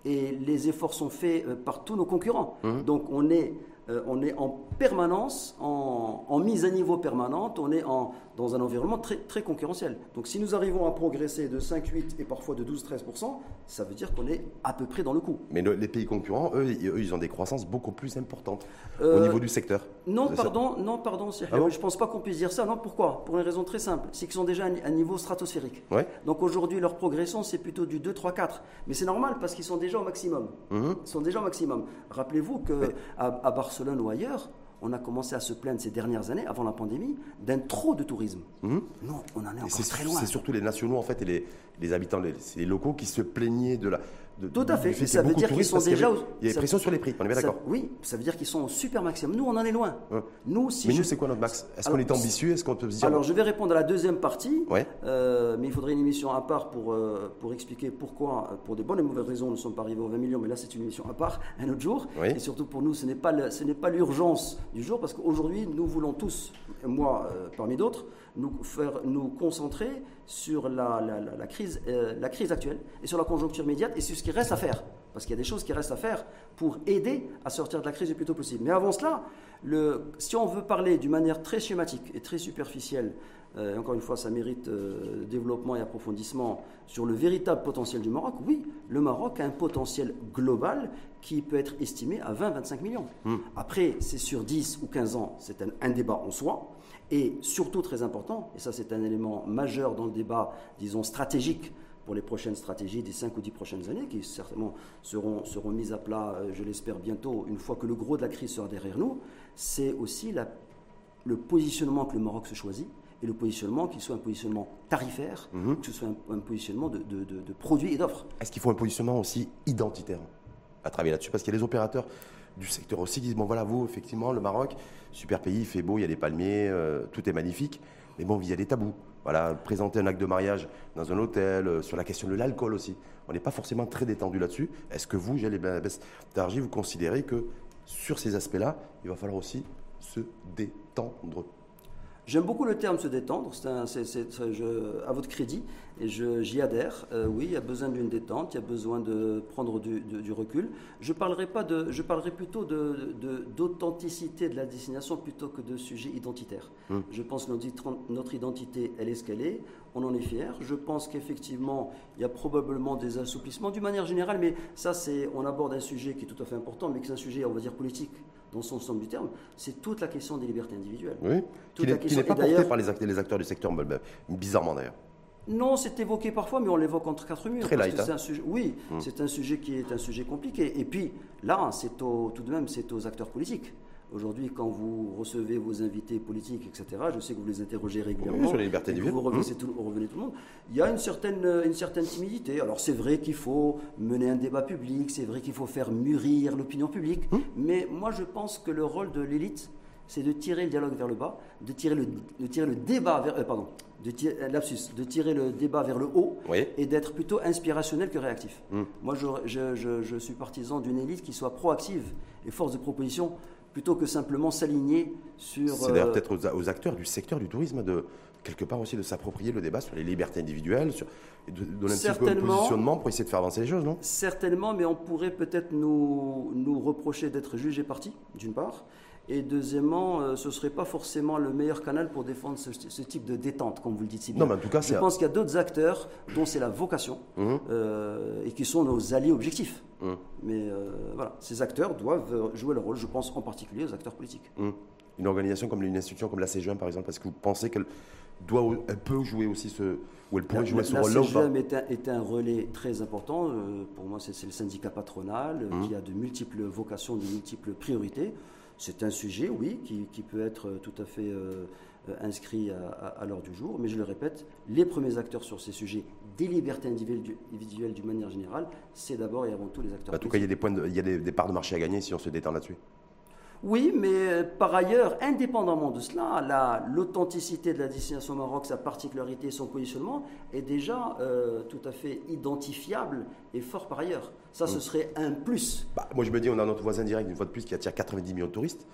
et les efforts sont faits euh, par tous nos concurrents. Mmh. Donc on est, euh, on est en permanence, en, en mise à niveau permanente, on est en, dans un environnement très, très concurrentiel. Donc si nous arrivons à progresser de cinq, huit et parfois de douze à treize pour cent, ça veut dire qu'on est à peu près dans le coup. Mais le, les pays concurrents, eux, eux, ils ont des croissances beaucoup plus importantes Euh, au niveau du secteur. Non, De pardon, non, pardon, Cyril. Ah bon Je ne pense pas qu'on puisse dire ça. Non, pourquoi? Pour une raison très simple. C'est qu'ils sont déjà à un niveau stratosphérique. Ouais. Donc aujourd'hui, leur progression, c'est plutôt du deux, trois, quatre. Mais c'est normal parce qu'ils sont déjà au maximum. Mhm. Ils sont déjà au maximum. Rappelez-vous qu'à Mais- à Barcelone ou ailleurs, on a commencé à se plaindre ces dernières années, avant la pandémie, d'un trop de tourisme. Mhm. Non, on en est Et encore c'est très loin. c'est surtout les nationaux en fait et les, les habitants, les, c'est les locaux qui se plaignaient de la. De, Tout à du fait. qu'il y Ça ait veut beaucoup dire de qu'ils touristes sont parce qu'il y déjà avait- au- Il y avait ça- pression sur les prix, on est bien Ça- d'accord. Oui, ça veut dire qu'ils sont au super maximum. Nous, on en est loin. Ouais. Nous, si Mais je- nous, c'est quoi notre max? Est-ce qu'on Alors, est ambitieux? Est-ce qu'on peut se dire. Alors, je vais répondre à la deuxième partie, Ouais. euh, mais il faudrait une émission à part pour, euh, pour expliquer pourquoi, euh, pour des bonnes et mauvaises raisons, nous ne sommes pas arrivés aux vingt millions, mais là, c'est une émission à part, un autre jour. Oui. Et surtout pour nous, ce n'est pas le- ce n'est pas l'urgence du jour, parce qu'aujourd'hui, nous voulons tous, et moi euh, parmi d'autres, nous, faire, nous concentrer sur la, la, la, la crise, euh, la crise actuelle et sur la conjoncture immédiate et sur ce qui reste à faire. Parce qu'il y a des choses qui restent à faire pour aider à sortir de la crise le plus tôt possible. Mais avant cela, le, si on veut parler d'une manière très schématique et très superficielle, euh, encore une fois, ça mérite euh, développement et approfondissement sur le véritable potentiel du Maroc, oui, le Maroc a un potentiel global qui peut être estimé à vingt à vingt-cinq millions. Mm. Après, c'est sur dix ou quinze ans, c'est un, un débat en soi. Et surtout très important, et ça c'est un élément majeur dans le débat, disons, stratégique pour les prochaines stratégies des cinq ou dix prochaines années, qui certainement seront, seront mises à plat, euh, je l'espère, bientôt, une fois que le gros de la crise sera derrière nous, c'est aussi la, le positionnement que le Maroc se choisit, et le positionnement, qu'il soit un positionnement tarifaire, Mhm. ou que ce soit un, un positionnement de, de, de, de produits et d'offres. Est-ce qu'il faut un positionnement aussi identitaire à travailler là-dessus? Parce qu'il y a des opérateurs du secteur aussi qui disent, bon voilà, vous, effectivement, le Maroc, super pays, il fait beau, il y a des palmiers, euh, tout est magnifique, mais bon, il y a des tabous. Voilà, présenter un acte de mariage dans un hôtel, euh, sur la question de l'alcool aussi. On n'est pas forcément très détendu là-dessus. Est-ce que vous, Jalil Tarji, vous considérez que sur ces aspects-là, il va falloir aussi se détendre? J'aime beaucoup le terme se détendre, c'est un- c'est- c'est- c'est- je- à votre crédit, et je- j'y adhère. Euh, oui, il y a besoin d'une détente, il y a besoin de prendre du, de- du recul. Je parlerai, pas de, je parlerai plutôt de- de- d'authenticité de, la destination plutôt que de sujet identitaire. Mm. Je pense que notre, notre identité, elle est ce qu'elle est, on en est fiers. Je pense qu'effectivement, il y a probablement des assouplissements d'une manière générale, mais ça, c'est, on aborde un sujet qui est tout à fait important, mais qui est un sujet, on va dire, politique dans son ensemble du terme, c'est toute la question des libertés individuelles. Oui, Toute qui la n'est qui question- n'est pas et porté d'ailleurs- par les acteurs, les acteurs du secteur, bah, bah, bizarrement d'ailleurs. Non, c'est évoqué parfois, mais on l'évoque entre quatre murs. Très parce light, que hein. c'est un sujet, oui, Mm. c'est un sujet qui est un sujet compliqué. Et puis là, c'est au- tout de même, c'est aux acteurs politiques. Aujourd'hui, quand vous recevez vos invités politiques, et cetera, je sais que vous les interrogez régulièrement. Oui, sur les libertés et que individuelles. Vous revenez, tout, revenez tout le monde. Il y a une certaine, une certaine timidité. Alors c'est vrai qu'il faut mener un débat public, c'est vrai qu'il faut faire mûrir l'opinion publique, Mm. mais moi je pense que le rôle de l'élite, c'est de tirer le dialogue vers le bas, de tirer le, de tirer le débat vers, euh, pardon, de tirer, euh, lapsus, de tirer le débat vers le haut Oui. et d'être plutôt inspirationnel que réactif. Mm. Moi, je, je- je- je suis partisan d'une élite qui soit proactive et force de proposition plutôt que simplement s'aligner sur. C'est d'ailleurs euh, peut-être aux, aux acteurs du secteur du tourisme de quelque part aussi de s'approprier le débat sur les libertés individuelles, sur, et de donner un petit peu un Certainement. positionnement pour essayer de faire avancer les choses, non? Certainement, mais on pourrait peut-être nous, nous reprocher d'être jugés partis, d'une part. Et deuxièmement, euh, ce ne serait pas forcément le meilleur canal pour défendre ce, ce type de détente, comme vous le dites si bien. Non, mais en tout cas, Je c'est. pense qu'il y a d'autres acteurs dont c'est la vocation Mhm. euh, et qui sont nos alliés objectifs. Mhm. Mais euh, voilà, ces acteurs doivent jouer leur rôle, je pense en particulier aux acteurs politiques. Mhm. Une organisation comme une institution comme la C G M, par exemple, est-ce que vous pensez qu'elle doit, elle peut jouer aussi ce, ou elle pourrait La, jouer la- ce la rôle-là ou pas? C G M est un, est un relais très important. Euh, pour moi, c'est c'est le syndicat patronal euh, Mhm. qui a de multiples vocations, de multiples priorités. C'est un sujet, oui, qui, qui peut être tout à fait euh, euh, inscrit à, à- à l'ordre du jour. Mais je le répète, les premiers acteurs sur ces sujets des libertés individuelles, individuelles d'une manière générale, c'est d'abord et avant tout les acteurs En tout cas, il y a politiques. des points, de- il y a des, des parts de marché à gagner si on se détend là-dessus. Oui, mais euh, par ailleurs, indépendamment de cela, la- l'authenticité de la destination Maroc, sa particularité, son positionnement est déjà euh, tout à fait identifiable et fort par ailleurs. Ça, ce serait un plus. Bah, moi, je me dis, on a notre voisin direct, une fois de plus, qui attire quatre-vingt-dix millions de touristes.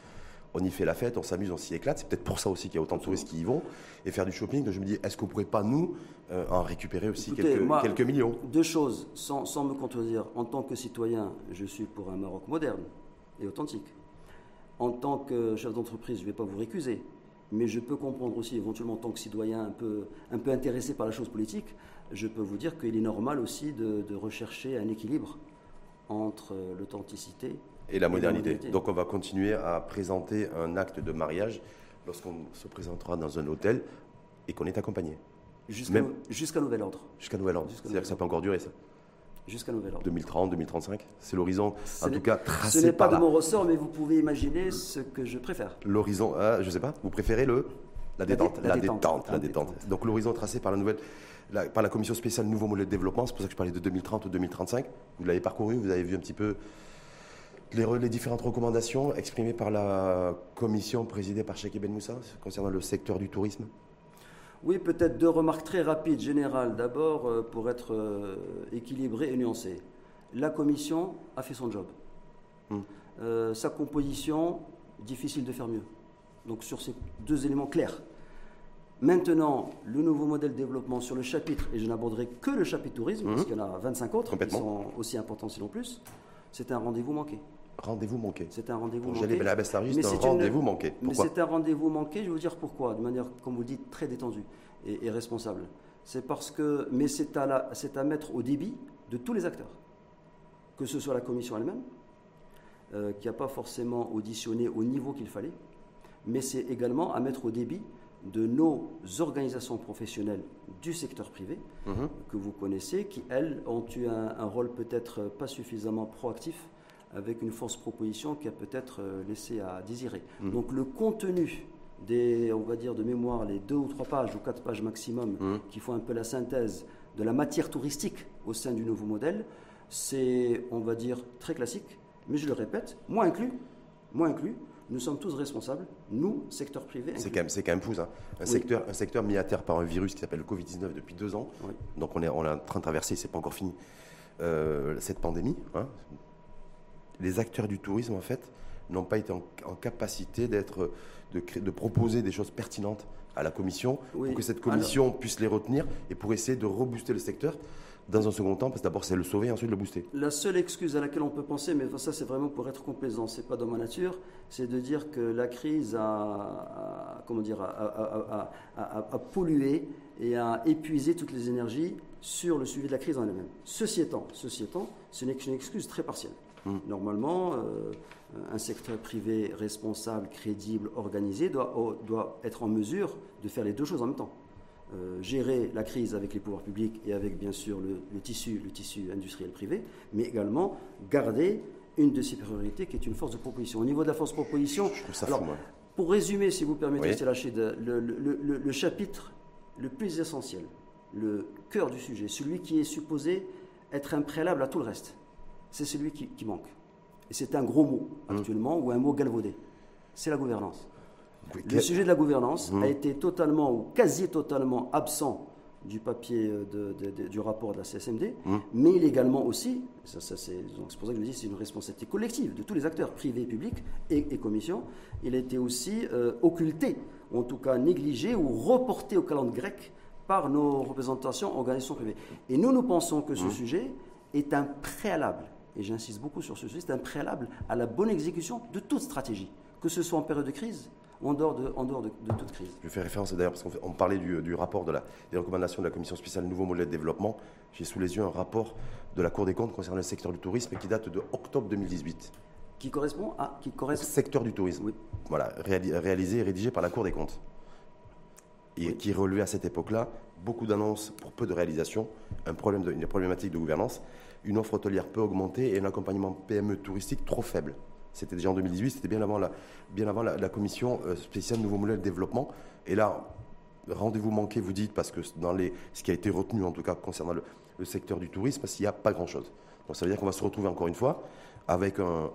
on y fait la fête, on s'amuse, on s'y éclate. C'est peut-être pour ça aussi qu'il y a autant de touristes qui y vont et faire du shopping. Donc je me dis, est-ce qu'on ne pourrait pas, nous, euh, en récupérer aussi Écoutez, quelques, moi, quelques millions? Deux choses, sans, sans me contredire. En tant que citoyen, je suis pour un Maroc moderne et authentique. En tant que chef d'entreprise, je ne vais pas vous récuser. Mais je peux comprendre aussi, éventuellement, en tant que citoyen un peu, un peu intéressé par la chose politique, je peux vous dire qu'il est normal aussi de, de rechercher un équilibre entre l'authenticité et la modernité. Donc on va continuer à présenter un acte de mariage lorsqu'on se présentera dans un hôtel et qu'on est accompagné. Jusqu'à Même... jusqu'à nouvel ordre. Jusqu'à nouvel ordre. C'est-à-dire que ça peut encore durer, ça. Jusqu'à nouvel ordre. deux mille trente, deux mille trente-cinq, c'est l'horizon, en tout cas tracé. Ce n'est pas par de mon ressort, mais vous pouvez imaginer ce que je préfère. L'horizon, euh, je ne sais pas, vous préférez le la détente, la, dé, la, la détente, détente, la détente. détente. Donc l'horizon tracé par la nouvelle, la, par la commission spéciale nouveau modèle de développement. C'est pour ça que je parlais de deux mille trente ou deux mille trente-cinq. Vous l'avez parcouru, vous avez vu un petit peu les, les différentes recommandations exprimées par la commission présidée par Cheikh Ben Moussa concernant le secteur du tourisme. Oui, peut-être deux remarques très rapides, générales. D'abord, euh, pour être euh, équilibré et nuancé. La commission a fait son job. Mmh. Euh, sa composition, difficile de faire mieux. Donc sur ces deux éléments clairs. Maintenant, le nouveau modèle de développement sur le chapitre, et je n'aborderai que le chapitre tourisme, mmh. parce qu'il y en a vingt-cinq autres qui sont aussi importants sinon plus, c'est un rendez-vous manqué. Rendez-vous manqué. C'est un rendez-vous manqué. Jalib Belabès Largis, c'est un rendez-vous une... manqué. Pourquoi? Mais c'est un rendez-vous manqué, je vais vous dire pourquoi, de manière, comme vous dites, très détendue et, et responsable. C'est parce que, mais c'est à, la, c'est à mettre au débit de tous les acteurs, que ce soit la commission elle-même, euh, qui n'a pas forcément auditionné au niveau qu'il fallait, mais c'est également à mettre au débit de nos organisations professionnelles du secteur privé, mmh. que vous connaissez, qui, elles, ont eu un, un rôle peut-être pas suffisamment proactif, avec une force proposition qui a peut-être laissé à désirer. Mmh. Donc le contenu des, on va dire, de mémoire, les deux ou trois pages ou quatre pages maximum, mmh. qui font un peu la synthèse de la matière touristique au sein du nouveau modèle, c'est, on va dire, très classique, mais je le répète, moi inclus, moi inclus, nous sommes tous responsables, nous, secteur privé. C'est quand même, c'est quand même fou, ça. Un, oui. secteur, un secteur mis à terre par un virus qui s'appelle le covid dix-neuf depuis deux ans. Oui. Donc on est, on est en train de traverser, c'est pas encore fini, euh, cette pandémie. Hein. Les acteurs du tourisme, en fait, n'ont pas été en, en capacité d'être, de, créer, de proposer des choses pertinentes à la commission, oui. pour que cette commission Alors, puisse les retenir et pour essayer de rebooster le secteur dans un second temps, parce que d'abord c'est le sauver et ensuite le booster. La seule excuse à laquelle on peut penser, mais ça c'est vraiment pour être complaisant, c'est pas dans ma nature, c'est de dire que la crise a, a comment dire, a, a, a, a, a pollué et a épuisé toutes les énergies sur le suivi de la crise en elle-même. Ceci étant, ceci étant, ce n'est qu'une excuse très partielle. Mmh. Normalement, euh, un secteur privé responsable, crédible, organisé doit, doit être en mesure de faire les deux choses en même temps. Euh, gérer la crise avec les pouvoirs publics et avec bien sûr le, le, tissu, le tissu industriel privé, mais également garder une de ses priorités qui est une force de proposition. Au niveau de la force de proposition, je trouve ça alors, fou, moi. Pour résumer, si vous permettez, oui. c'est Rachid, le, le, le, le chapitre le plus essentiel, le cœur du sujet, celui qui est supposé être un préalable à tout le reste, c'est celui qui, qui manque. Et c'est un gros mot actuellement, mmh. ou un mot galvaudé. C'est la gouvernance. Oui, le sujet de la gouvernance mmh. a été totalement ou quasi totalement absent du papier de, de, de, du rapport de la C S M D, mmh. mais il est également aussi, ça, ça, c'est, donc c'est pour ça que je dis c'est une responsabilité collective de tous les acteurs privés, publics et, et commissions, il a été aussi euh, occulté, ou en tout cas négligé ou reporté au calendrier grec par nos représentations organisations privées. Et nous, nous pensons que ce mmh. sujet est un préalable, et j'insiste beaucoup sur ce sujet, c'est un préalable à la bonne exécution de toute stratégie, que ce soit en période de crise ou en dehors de, en dehors de, de toute crise. Je fais référence d'ailleurs, parce qu'on fait, on parlait du, du rapport de la, des recommandations de la Commission spéciale Nouveau Modèle de Développement. J'ai sous les yeux un rapport de la Cour des comptes concernant le secteur du tourisme qui date de octobre deux mille dix-huit. Qui correspond à qui correspond... secteur du tourisme. Oui. Voilà, réali, réalisé et rédigé par la Cour des comptes. Et oui. qui relevait à cette époque-là beaucoup d'annonces pour peu de réalisations, un problème de, une problématique de gouvernance, une offre hôtelière peu augmentée et un accompagnement P M E touristique trop faible. C'était déjà en deux mille dix-huit, c'était bien avant la, bien avant la, la commission spéciale Nouveau Modèle de Développement. Et là, rendez-vous manqué, vous dites, parce que dans les, ce qui a été retenu, en tout cas, concernant le, le secteur du tourisme, parce qu'il n'y a pas grand-chose. Donc ça veut dire qu'on va se retrouver encore une fois avec un,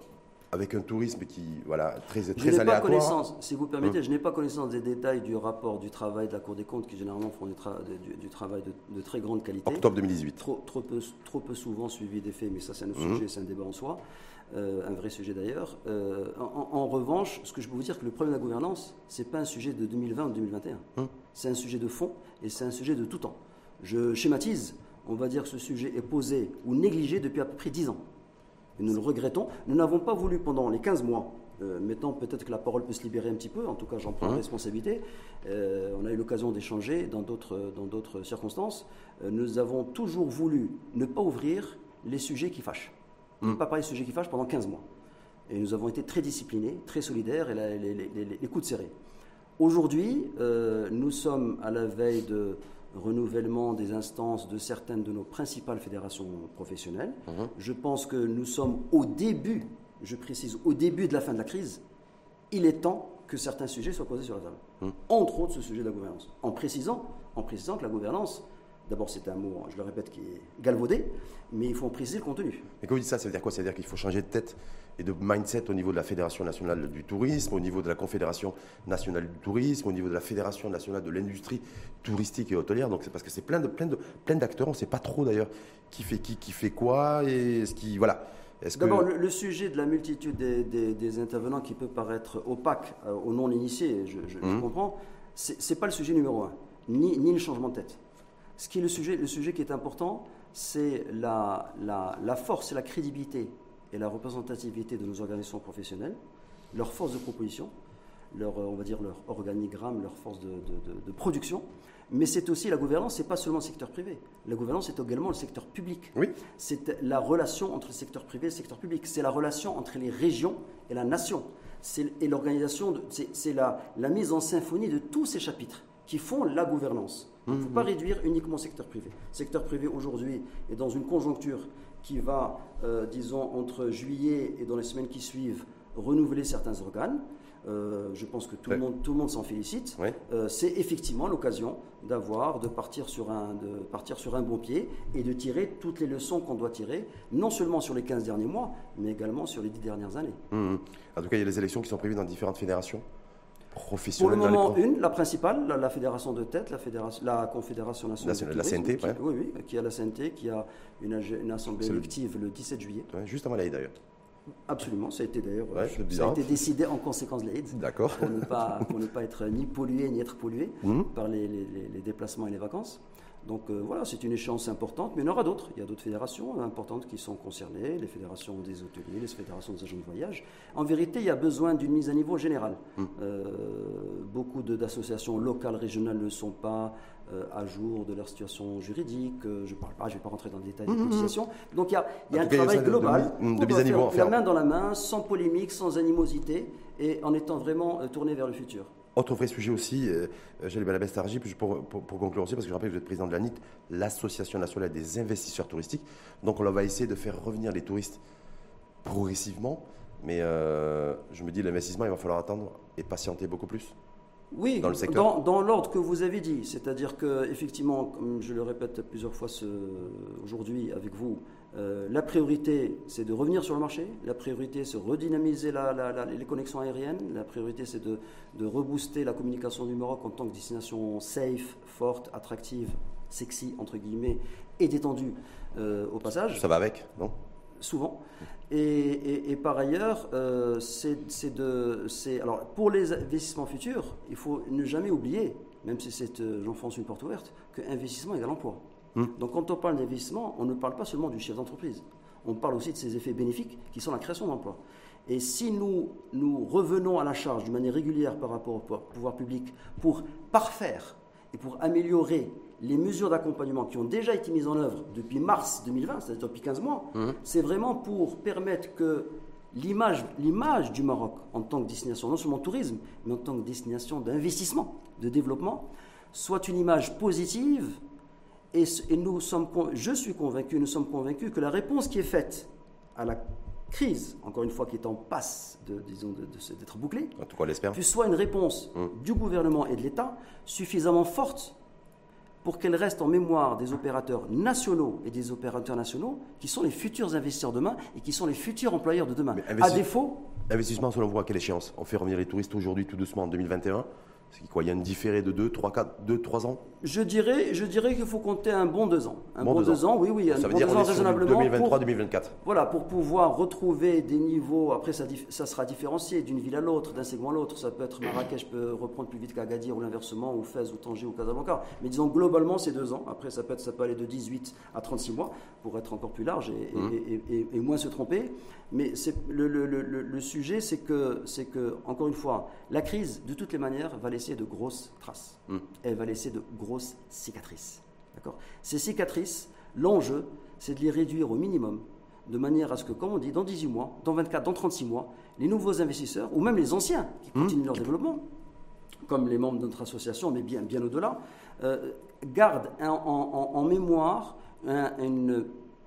avec un tourisme qui, voilà, très, très je n'ai aléatoire. pas connaissance, si vous permettez, Hum. je n'ai pas connaissance des détails du rapport du travail de la Cour des comptes, qui généralement font du, tra- du, du travail de, de très grande qualité. Octobre deux mille dix-huit. Trop, trop, peu, trop peu souvent suivi des faits, mais ça c'est un autre Hum. sujet, c'est un débat en soi, euh, un vrai sujet d'ailleurs. Euh, en, en revanche, ce que je peux vous dire, que le problème de la gouvernance, ce n'est pas un sujet de deux mille vingt ou deux mille vingt et un. Hum. C'est un sujet de fond et c'est un sujet de tout temps. Je schématise, on va dire que ce sujet est posé ou négligé depuis à peu près dix ans. Et nous le regrettons. Nous n'avons pas voulu pendant les quinze mois, euh, maintenant peut-être que la parole peut se libérer un petit peu, en tout cas j'en prends la responsabilité, euh, on a eu l'occasion d'échanger dans d'autres, dans d'autres circonstances, euh, nous avons toujours voulu ne pas ouvrir les sujets qui fâchent. Ne pas parler des sujets qui fâchent pendant quinze mois. Et nous avons été très disciplinés, très solidaires et la, les, les, les, les coudes serrés. Aujourd'hui, euh, nous sommes à la veille de renouvellement des instances de certaines de nos principales fédérations professionnelles. Mmh. Je pense que nous sommes au début, je précise, au début de la fin de la crise. Il est temps que certains sujets soient posés sur la table. Mmh. Entre autres, ce sujet de la gouvernance. En précisant, en précisant que la gouvernance, d'abord c'est un mot, je le répète, qui est galvaudé, mais il faut en préciser le contenu. Mais quand vous dites ça, ça veut dire quoi? Ça veut dire qu'il faut changer de tête et de mindset au niveau de la Fédération nationale du tourisme, au niveau de la Confédération nationale du tourisme, au niveau de la Fédération nationale de l'industrie touristique et hôtelière. Donc c'est parce que c'est plein de plein de plein d'acteurs. On ne sait pas trop d'ailleurs qui fait qui, qui fait quoi et ce qui voilà. Est-ce D'abord, que... le, le sujet de la multitude des, des, des intervenants qui peut paraître opaque euh, aux non-initiés, je, je, mmh. je comprends. C'est, c'est pas le sujet numéro un, ni, ni le changement de tête. Ce qui est le sujet, le sujet qui est important, c'est la, la, la force et la crédibilité et la représentativité de nos organisations professionnelles, leur force de proposition, leur, on va dire leur organigramme, leur force de, de, de, de production. Mais c'est aussi la gouvernance, c'est pas seulement le secteur privé. La gouvernance, c'est également le secteur public. Oui. C'est la relation entre le secteur privé et le secteur public. C'est la relation entre les régions et la nation. C'est, et l'organisation, de, c'est, c'est la, la mise en symphonie de tous ces chapitres qui font la gouvernance. Il ne faut pas réduire uniquement au secteur privé. Le secteur privé aujourd'hui est dans une conjoncture qui va, euh, disons, entre juillet et dans les semaines qui suivent, renouveler certains organes. Euh, je pense que tout, ouais. le monde, tout le monde s'en félicite. Ouais. Euh, c'est effectivement l'occasion d'avoir, de partir, sur un, de partir sur un bon pied et de tirer toutes les leçons qu'on doit tirer, non seulement sur les quinze derniers mois, mais également sur les dix dernières années. Mmh. En tout cas, il y a les élections qui sont prévues dans différentes fédérations. Pour le moment, une, la principale, la, la fédération de tête, la, fédération, la Confédération nationale, nationale de tourisme, la C N T, qui, ouais. oui, oui, qui a la C N T, qui a une, une assemblée élective le... le dix-sept juillet. Ouais, juste avant l'A I D d'ailleurs. Absolument, ça a été d'ailleurs ouais, ça a été décidé en conséquence de l'A I D. D'accord. Pour ne pas, pour ne pas être ni pollué ni être pollué mmh. par les, les, les déplacements et les vacances. Donc euh, voilà, c'est une échéance importante, mais il y en aura d'autres. Il y a d'autres fédérations importantes qui sont concernées, les fédérations des hôteliers, les fédérations des agents de voyage. En vérité, il y a besoin d'une mise à niveau générale. Mmh. Euh, beaucoup de, d'associations locales, régionales ne sont pas euh, à jour de leur situation juridique. Euh, je ne parle pas, je ne vais pas rentrer dans le détail mmh. des cotisations. Donc il y a, il y a un travail global de, de, de mise à niveau, faire, la main dans la main, sans polémique, sans animosité, et en étant vraiment euh, tourné vers le futur. Autre vrai sujet aussi, euh, Jalil Belabès-Tarji, pour, pour, pour conclure aussi, parce que je rappelle que vous êtes président de l'A N I T, l'Association nationale des investisseurs touristiques. Donc on va essayer de faire revenir les touristes progressivement, mais euh, je me dis l'investissement, il va falloir attendre et patienter beaucoup plus. Oui, dans, le secteur. dans, dans l'ordre que vous avez dit, c'est-à-dire qu'effectivement, comme je le répète plusieurs fois ce, aujourd'hui avec vous, euh, la priorité c'est de revenir sur le marché, la priorité c'est de redynamiser la, la, la, les connexions aériennes, la priorité c'est de, de rebooster la communication du Maroc en tant que destination safe, forte, attractive, sexy entre guillemets et détendue euh, au passage. Ça va avec, non ? Souvent. Et, et, et par ailleurs, euh, c'est, c'est de, c'est, alors pour les investissements futurs, il faut ne jamais oublier, même si c'est, euh, j'enfonce une porte ouverte, que investissement égale emploi. Hum. Donc quand on parle d'investissement, on ne parle pas seulement du chef d'entreprise, on parle aussi de ses effets bénéfiques qui sont la création d'emplois. Et si nous, nous revenons à la charge d'une manière régulière par rapport au pouvoir public pour parfaire et pour améliorer les mesures d'accompagnement qui ont déjà été mises en œuvre depuis mars deux mille vingt, c'est-à-dire depuis quinze mois, mmh. c'est vraiment pour permettre que l'image, l'image du Maroc en tant que destination, non seulement tourisme, mais en tant que destination d'investissement, de développement, soit une image positive. Et, et nous sommes, je suis convaincu, nous sommes convaincus que la réponse qui est faite à la crise, encore une fois, qui est en passe de, disons, de, de, d'être bouclée, en tout cas, on l'espère, puis soit une réponse mmh. du gouvernement et de l'État suffisamment forte pour qu'elle reste en mémoire des opérateurs nationaux et des opérateurs nationaux qui sont les futurs investisseurs demain et qui sont les futurs employeurs de demain. À défaut... Investissement, selon vous, à quelle échéance? On fait revenir les touristes aujourd'hui tout doucement en deux mille vingt et un. C'est quoi? Il y a une différée de deux, trois, quatre, deux, trois ans? Je dirais, je dirais qu'il faut compter un bon deux ans. Un bon, bon deux, deux ans. ans, oui, oui. Un ça bon veut dire deux qu'on ans est sur raisonnablement. deux mille vingt-trois deux mille vingt-quatre. Voilà, pour pouvoir retrouver des niveaux. Après, ça, ça sera différencié d'une ville à l'autre, d'un segment à l'autre. Ça peut être Marrakech peut reprendre plus vite qu'Agadir ou l'inversement, ou Fès ou Tanger ou Casablanca. Mais disons globalement, c'est deux ans. Après, ça peut, être, ça peut aller de dix-huit à trente-six mois pour être encore plus large et, mmh. et, et, et, et moins se tromper. Mais le, le, le, le sujet, c'est que, c'est que, encore une fois, la crise, de toutes les manières, va laisser de grosses traces. Mmh. Elle va laisser de grosses cicatrices. D'accord ? Ces cicatrices, l'enjeu, c'est de les réduire au minimum, de manière à ce que, comme on dit, dans dix-huit mois, dans vingt-quatre, dans trente-six mois, les nouveaux investisseurs, ou même les anciens qui continuent mmh. leur développement, comme les membres de notre association, mais bien, bien au-delà, euh, gardent un, en, en, en mémoire un, une,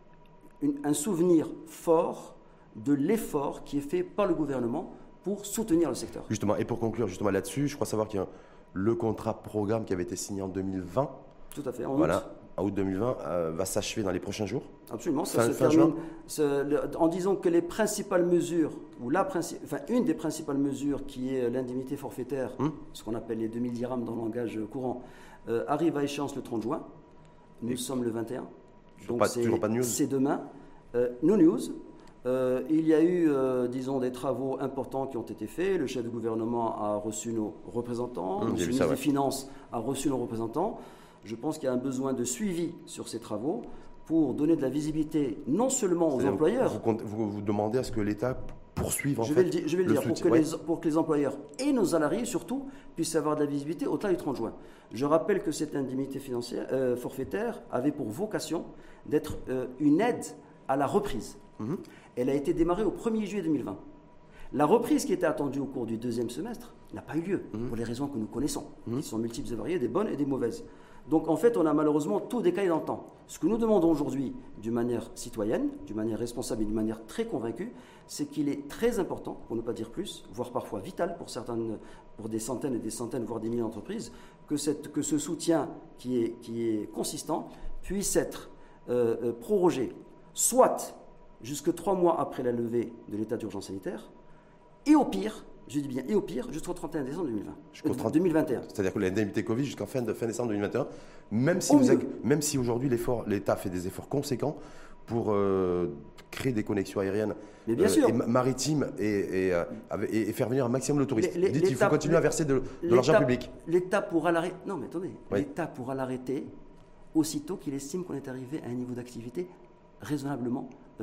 une, un souvenir fort de l'effort qui est fait par le gouvernement pour soutenir le secteur. Justement, et pour conclure justement là-dessus, je crois savoir qu'il y a le contrat programme qui avait été signé en deux mille vingt. Tout à fait, en voilà, août. En août deux mille vingt, euh, va s'achever dans les prochains jours. Absolument, ça fin, se fin termine ce, le, en disant que les principales mesures, ou la princi enfin, une des principales mesures qui est l'indemnité forfaitaire, hum. ce qu'on appelle les deux mille dirhams dans le langage courant, euh, arrive à échéance le trente juin. Nous et sommes le vingt et un. Donc c'est demain. Euh, no news. Euh, il y a eu, euh, disons, des travaux importants qui ont été faits. Le chef du gouvernement a reçu nos représentants. Mmh, le ministre ouais. des Finances a reçu nos représentants. Je pense qu'il y a un besoin de suivi sur ces travaux pour donner de la visibilité non seulement aux employeurs. Vous, vous, vous demandez à ce que l'État poursuive en je fait, vais le, je vais le, le dire, pour que, ouais. les, pour que les employeurs et nos salariés surtout puissent avoir de la visibilité au-delà du trente juin. Je rappelle que cette indemnité financière, euh, forfaitaire avait pour vocation d'être euh, une aide à la reprise. Mmh. Elle a été démarrée au premier juillet deux mille vingt. La reprise qui était attendue au cours du deuxième semestre n'a pas eu lieu, mmh. pour les raisons que nous connaissons, mmh. qui sont multiples et variées, des bonnes et des mauvaises. Donc en fait, on a malheureusement tout décalé dans le temps. Ce que nous demandons aujourd'hui, d'une manière citoyenne, d'une manière responsable et d'une manière très convaincue, c'est qu'il est très important, pour ne pas dire plus, voire parfois vital pour certaines, pour des centaines et des centaines, voire des milliers d'entreprises, que, cette, que ce soutien qui est, qui est consistant puisse être euh, euh, prorogé, soit jusque trois mois après la levée de l'état d'urgence sanitaire, et au pire, je dis bien, et au pire, jusqu'au trente et un décembre deux mille vingt. Jusqu'au euh, deux mille vingt et un. C'est-à-dire que l'indemnité Covid jusqu'en fin, de, fin décembre deux mille vingt et un, même si, vous avez, même si aujourd'hui l'État fait des efforts conséquents pour euh, créer des connexions aériennes Mais bien euh, sûr. et maritimes et, et, et, et faire venir un maximum de touristes. Les, les, Dites qu'il faut continuer à verser de, de l'argent public. L'État pourra l'arrêter. Non, mais attendez. Oui. L'État pourra l'arrêter aussitôt qu'il estime qu'on est arrivé à un niveau d'activité raisonnablement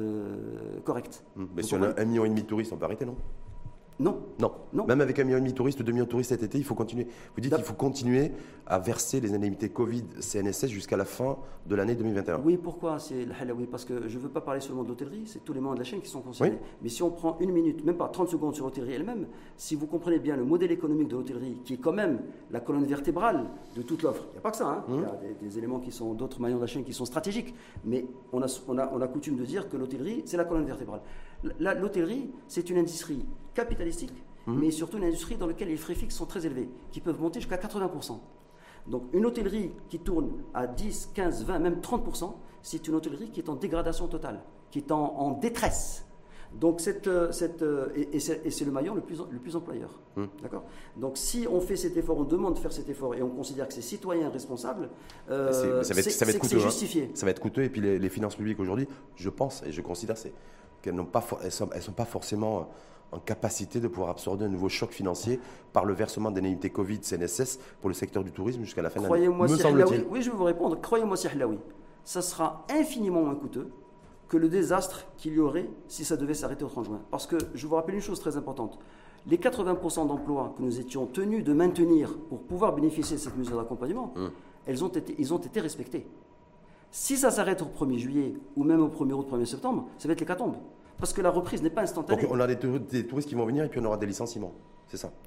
euh, correct. Hum, mais si on a un million et demi de touristes, on peut arrêter, non? Non. non. Non. Même avec un million et demi de touristes, deux millions de touristes cet été, il faut continuer. Vous dites qu'il faut continuer à verser les indemnités Covid C N S S jusqu'à la fin de l'année deux mille vingt et un. Oui, pourquoi? C'est le halawi, parce que je ne veux pas parler seulement de l'hôtellerie, c'est tous les membres de la chaîne qui sont concernés. Oui. Mais si on prend une minute, même pas trente secondes sur l'hôtellerie elle-même, si vous comprenez bien le modèle économique de l'hôtellerie, qui est quand même la colonne vertébrale de toute l'offre, il n'y a pas que ça, hein. Mmh. Il y a des, des éléments qui sont d'autres maillons de la chaîne qui sont stratégiques, mais on a, on a, on a coutume de dire que l'hôtellerie, c'est la colonne vertébrale. L'hôtellerie, c'est une industrie capitalistique, Mmh. mais surtout une industrie dans laquelle les frais fixes sont très élevés, qui peuvent monter jusqu'à quatre-vingts pour cent. Donc une hôtellerie qui tourne à dix, quinze, vingt, même trente pour cent, c'est une hôtellerie qui est en dégradation totale, qui est en, en détresse. Donc cette, cette, et, et c'est le maillon le plus, le plus employeur. Mmh. D'accord ? Donc si on fait cet effort, on demande de faire cet effort et on considère que c'est citoyen responsable, euh, c'est justifié. Hein. Ça va être coûteux et puis les, les finances publiques aujourd'hui, je pense et je considère qu'elles ne sont, sont pas forcément en capacité de pouvoir absorber un nouveau choc financier par le versement d'indemnités Covid C N S S pour le secteur du tourisme jusqu'à la fin de l'année. Croyez-moi, si Halawi, oui, je vais vous répondre. Croyez-moi, si Halawi, ça sera infiniment moins coûteux que le désastre qu'il y aurait si ça devait s'arrêter au trente juin. Parce que je vous rappelle une chose très importante. Les quatre-vingts pour cent d'emplois que nous étions tenus de maintenir pour pouvoir bénéficier de cette mesure d'accompagnement, mmh. elles ont été, ils ont été respectés. Si ça s'arrête au premier juillet ou même au premier août, premier septembre, ça va être l'hécatombe. Parce que la reprise n'est pas instantanée. Donc on a des, des touristes qui vont venir et puis on aura des licenciements, c'est ça?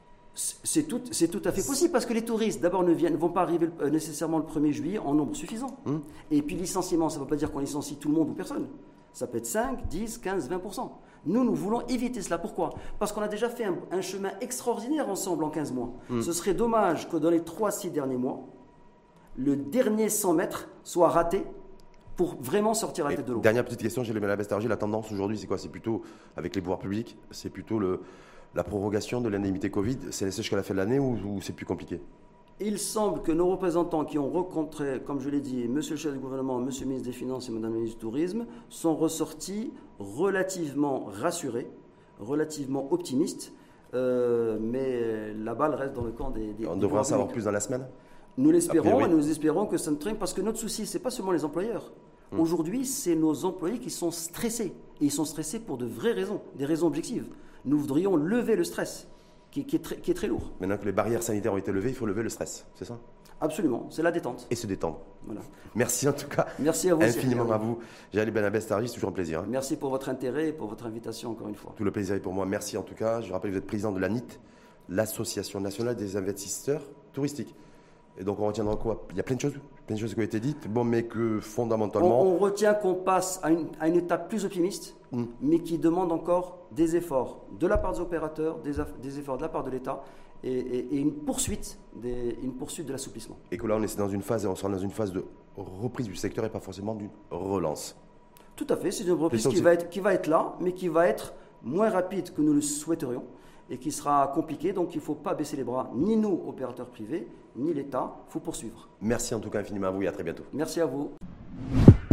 C'est tout, c'est tout à fait possible parce que les touristes, d'abord, ne, ne vont pas arriver nécessairement le premier juillet en nombre suffisant. Hum. Et puis licenciement, ça ne veut pas dire qu'on licencie tout le monde ou personne. Ça peut être cinq, dix, quinze, vingt pour cent. Nous, nous voulons éviter cela. Pourquoi? Parce qu'on a déjà fait un, un chemin extraordinaire ensemble en quinze mois. Hum. Ce serait dommage que dans les trois, six derniers mois, le dernier cent mètres soit raté pour vraiment sortir la tête de l'eau. Dernière petite question, Gilles Benabestargis, la tendance aujourd'hui, c'est quoi? C'est plutôt, avec les pouvoirs publics, c'est plutôt le, la prorogation de l'indemnité Covid, c'est laissé jusqu'à la fin de l'année ou, ou c'est plus compliqué? Il semble que nos représentants qui ont rencontré, comme je l'ai dit, Monsieur le chef du gouvernement, Monsieur le ministre des Finances et Madame la ministre du Tourisme, sont ressortis relativement rassurés, relativement optimistes, euh, mais la balle reste dans le camp des... des On devrait en savoir plus dans la semaine? Nous l'espérons, et nous espérons que ça ne traîne, parce que notre souci, ce n'est pas seulement les employeurs. Hum. Aujourd'hui, c'est nos employés qui sont stressés, et ils sont stressés pour de vraies raisons, des raisons objectives. Nous voudrions lever le stress, qui, qui, est, très, qui est très lourd. Maintenant que les barrières sanitaires ont été levées, il faut lever le stress, c'est ça? Absolument, c'est la détente. Et se détendre. Voilà. Merci en tout cas. Merci à vous. Infiniment à vous. Jalil Benabestargis, c'est toujours un plaisir. Hein. Merci pour votre intérêt et pour votre invitation encore une fois. Tout le plaisir est pour moi. Merci en tout cas. Je rappelle que vous êtes président de l'A N I T, l'Association nationale des investisseurs touristiques. Et donc on retiendra quoi? Il y a plein de choses, plein de choses qui ont été dites, bon, mais que fondamentalement... On, on retient qu'on passe à une, à une étape plus optimiste, mm. mais qui demande encore des efforts de la part des opérateurs, des, des efforts de la part de l'État, et, et, et une poursuite, des, une poursuite de l'assouplissement. Et que là on est dans une phase, on sera dans une phase de reprise du secteur et pas forcément d'une relance. Tout à fait, c'est une reprise qui va, être, qui va être là, mais qui va être moins rapide que nous le souhaiterions, et qui sera compliqué, donc il ne faut pas baisser les bras, ni nous, opérateurs privés, ni l'État, il faut poursuivre. Merci en tout cas infiniment à vous et à très bientôt. Merci à vous.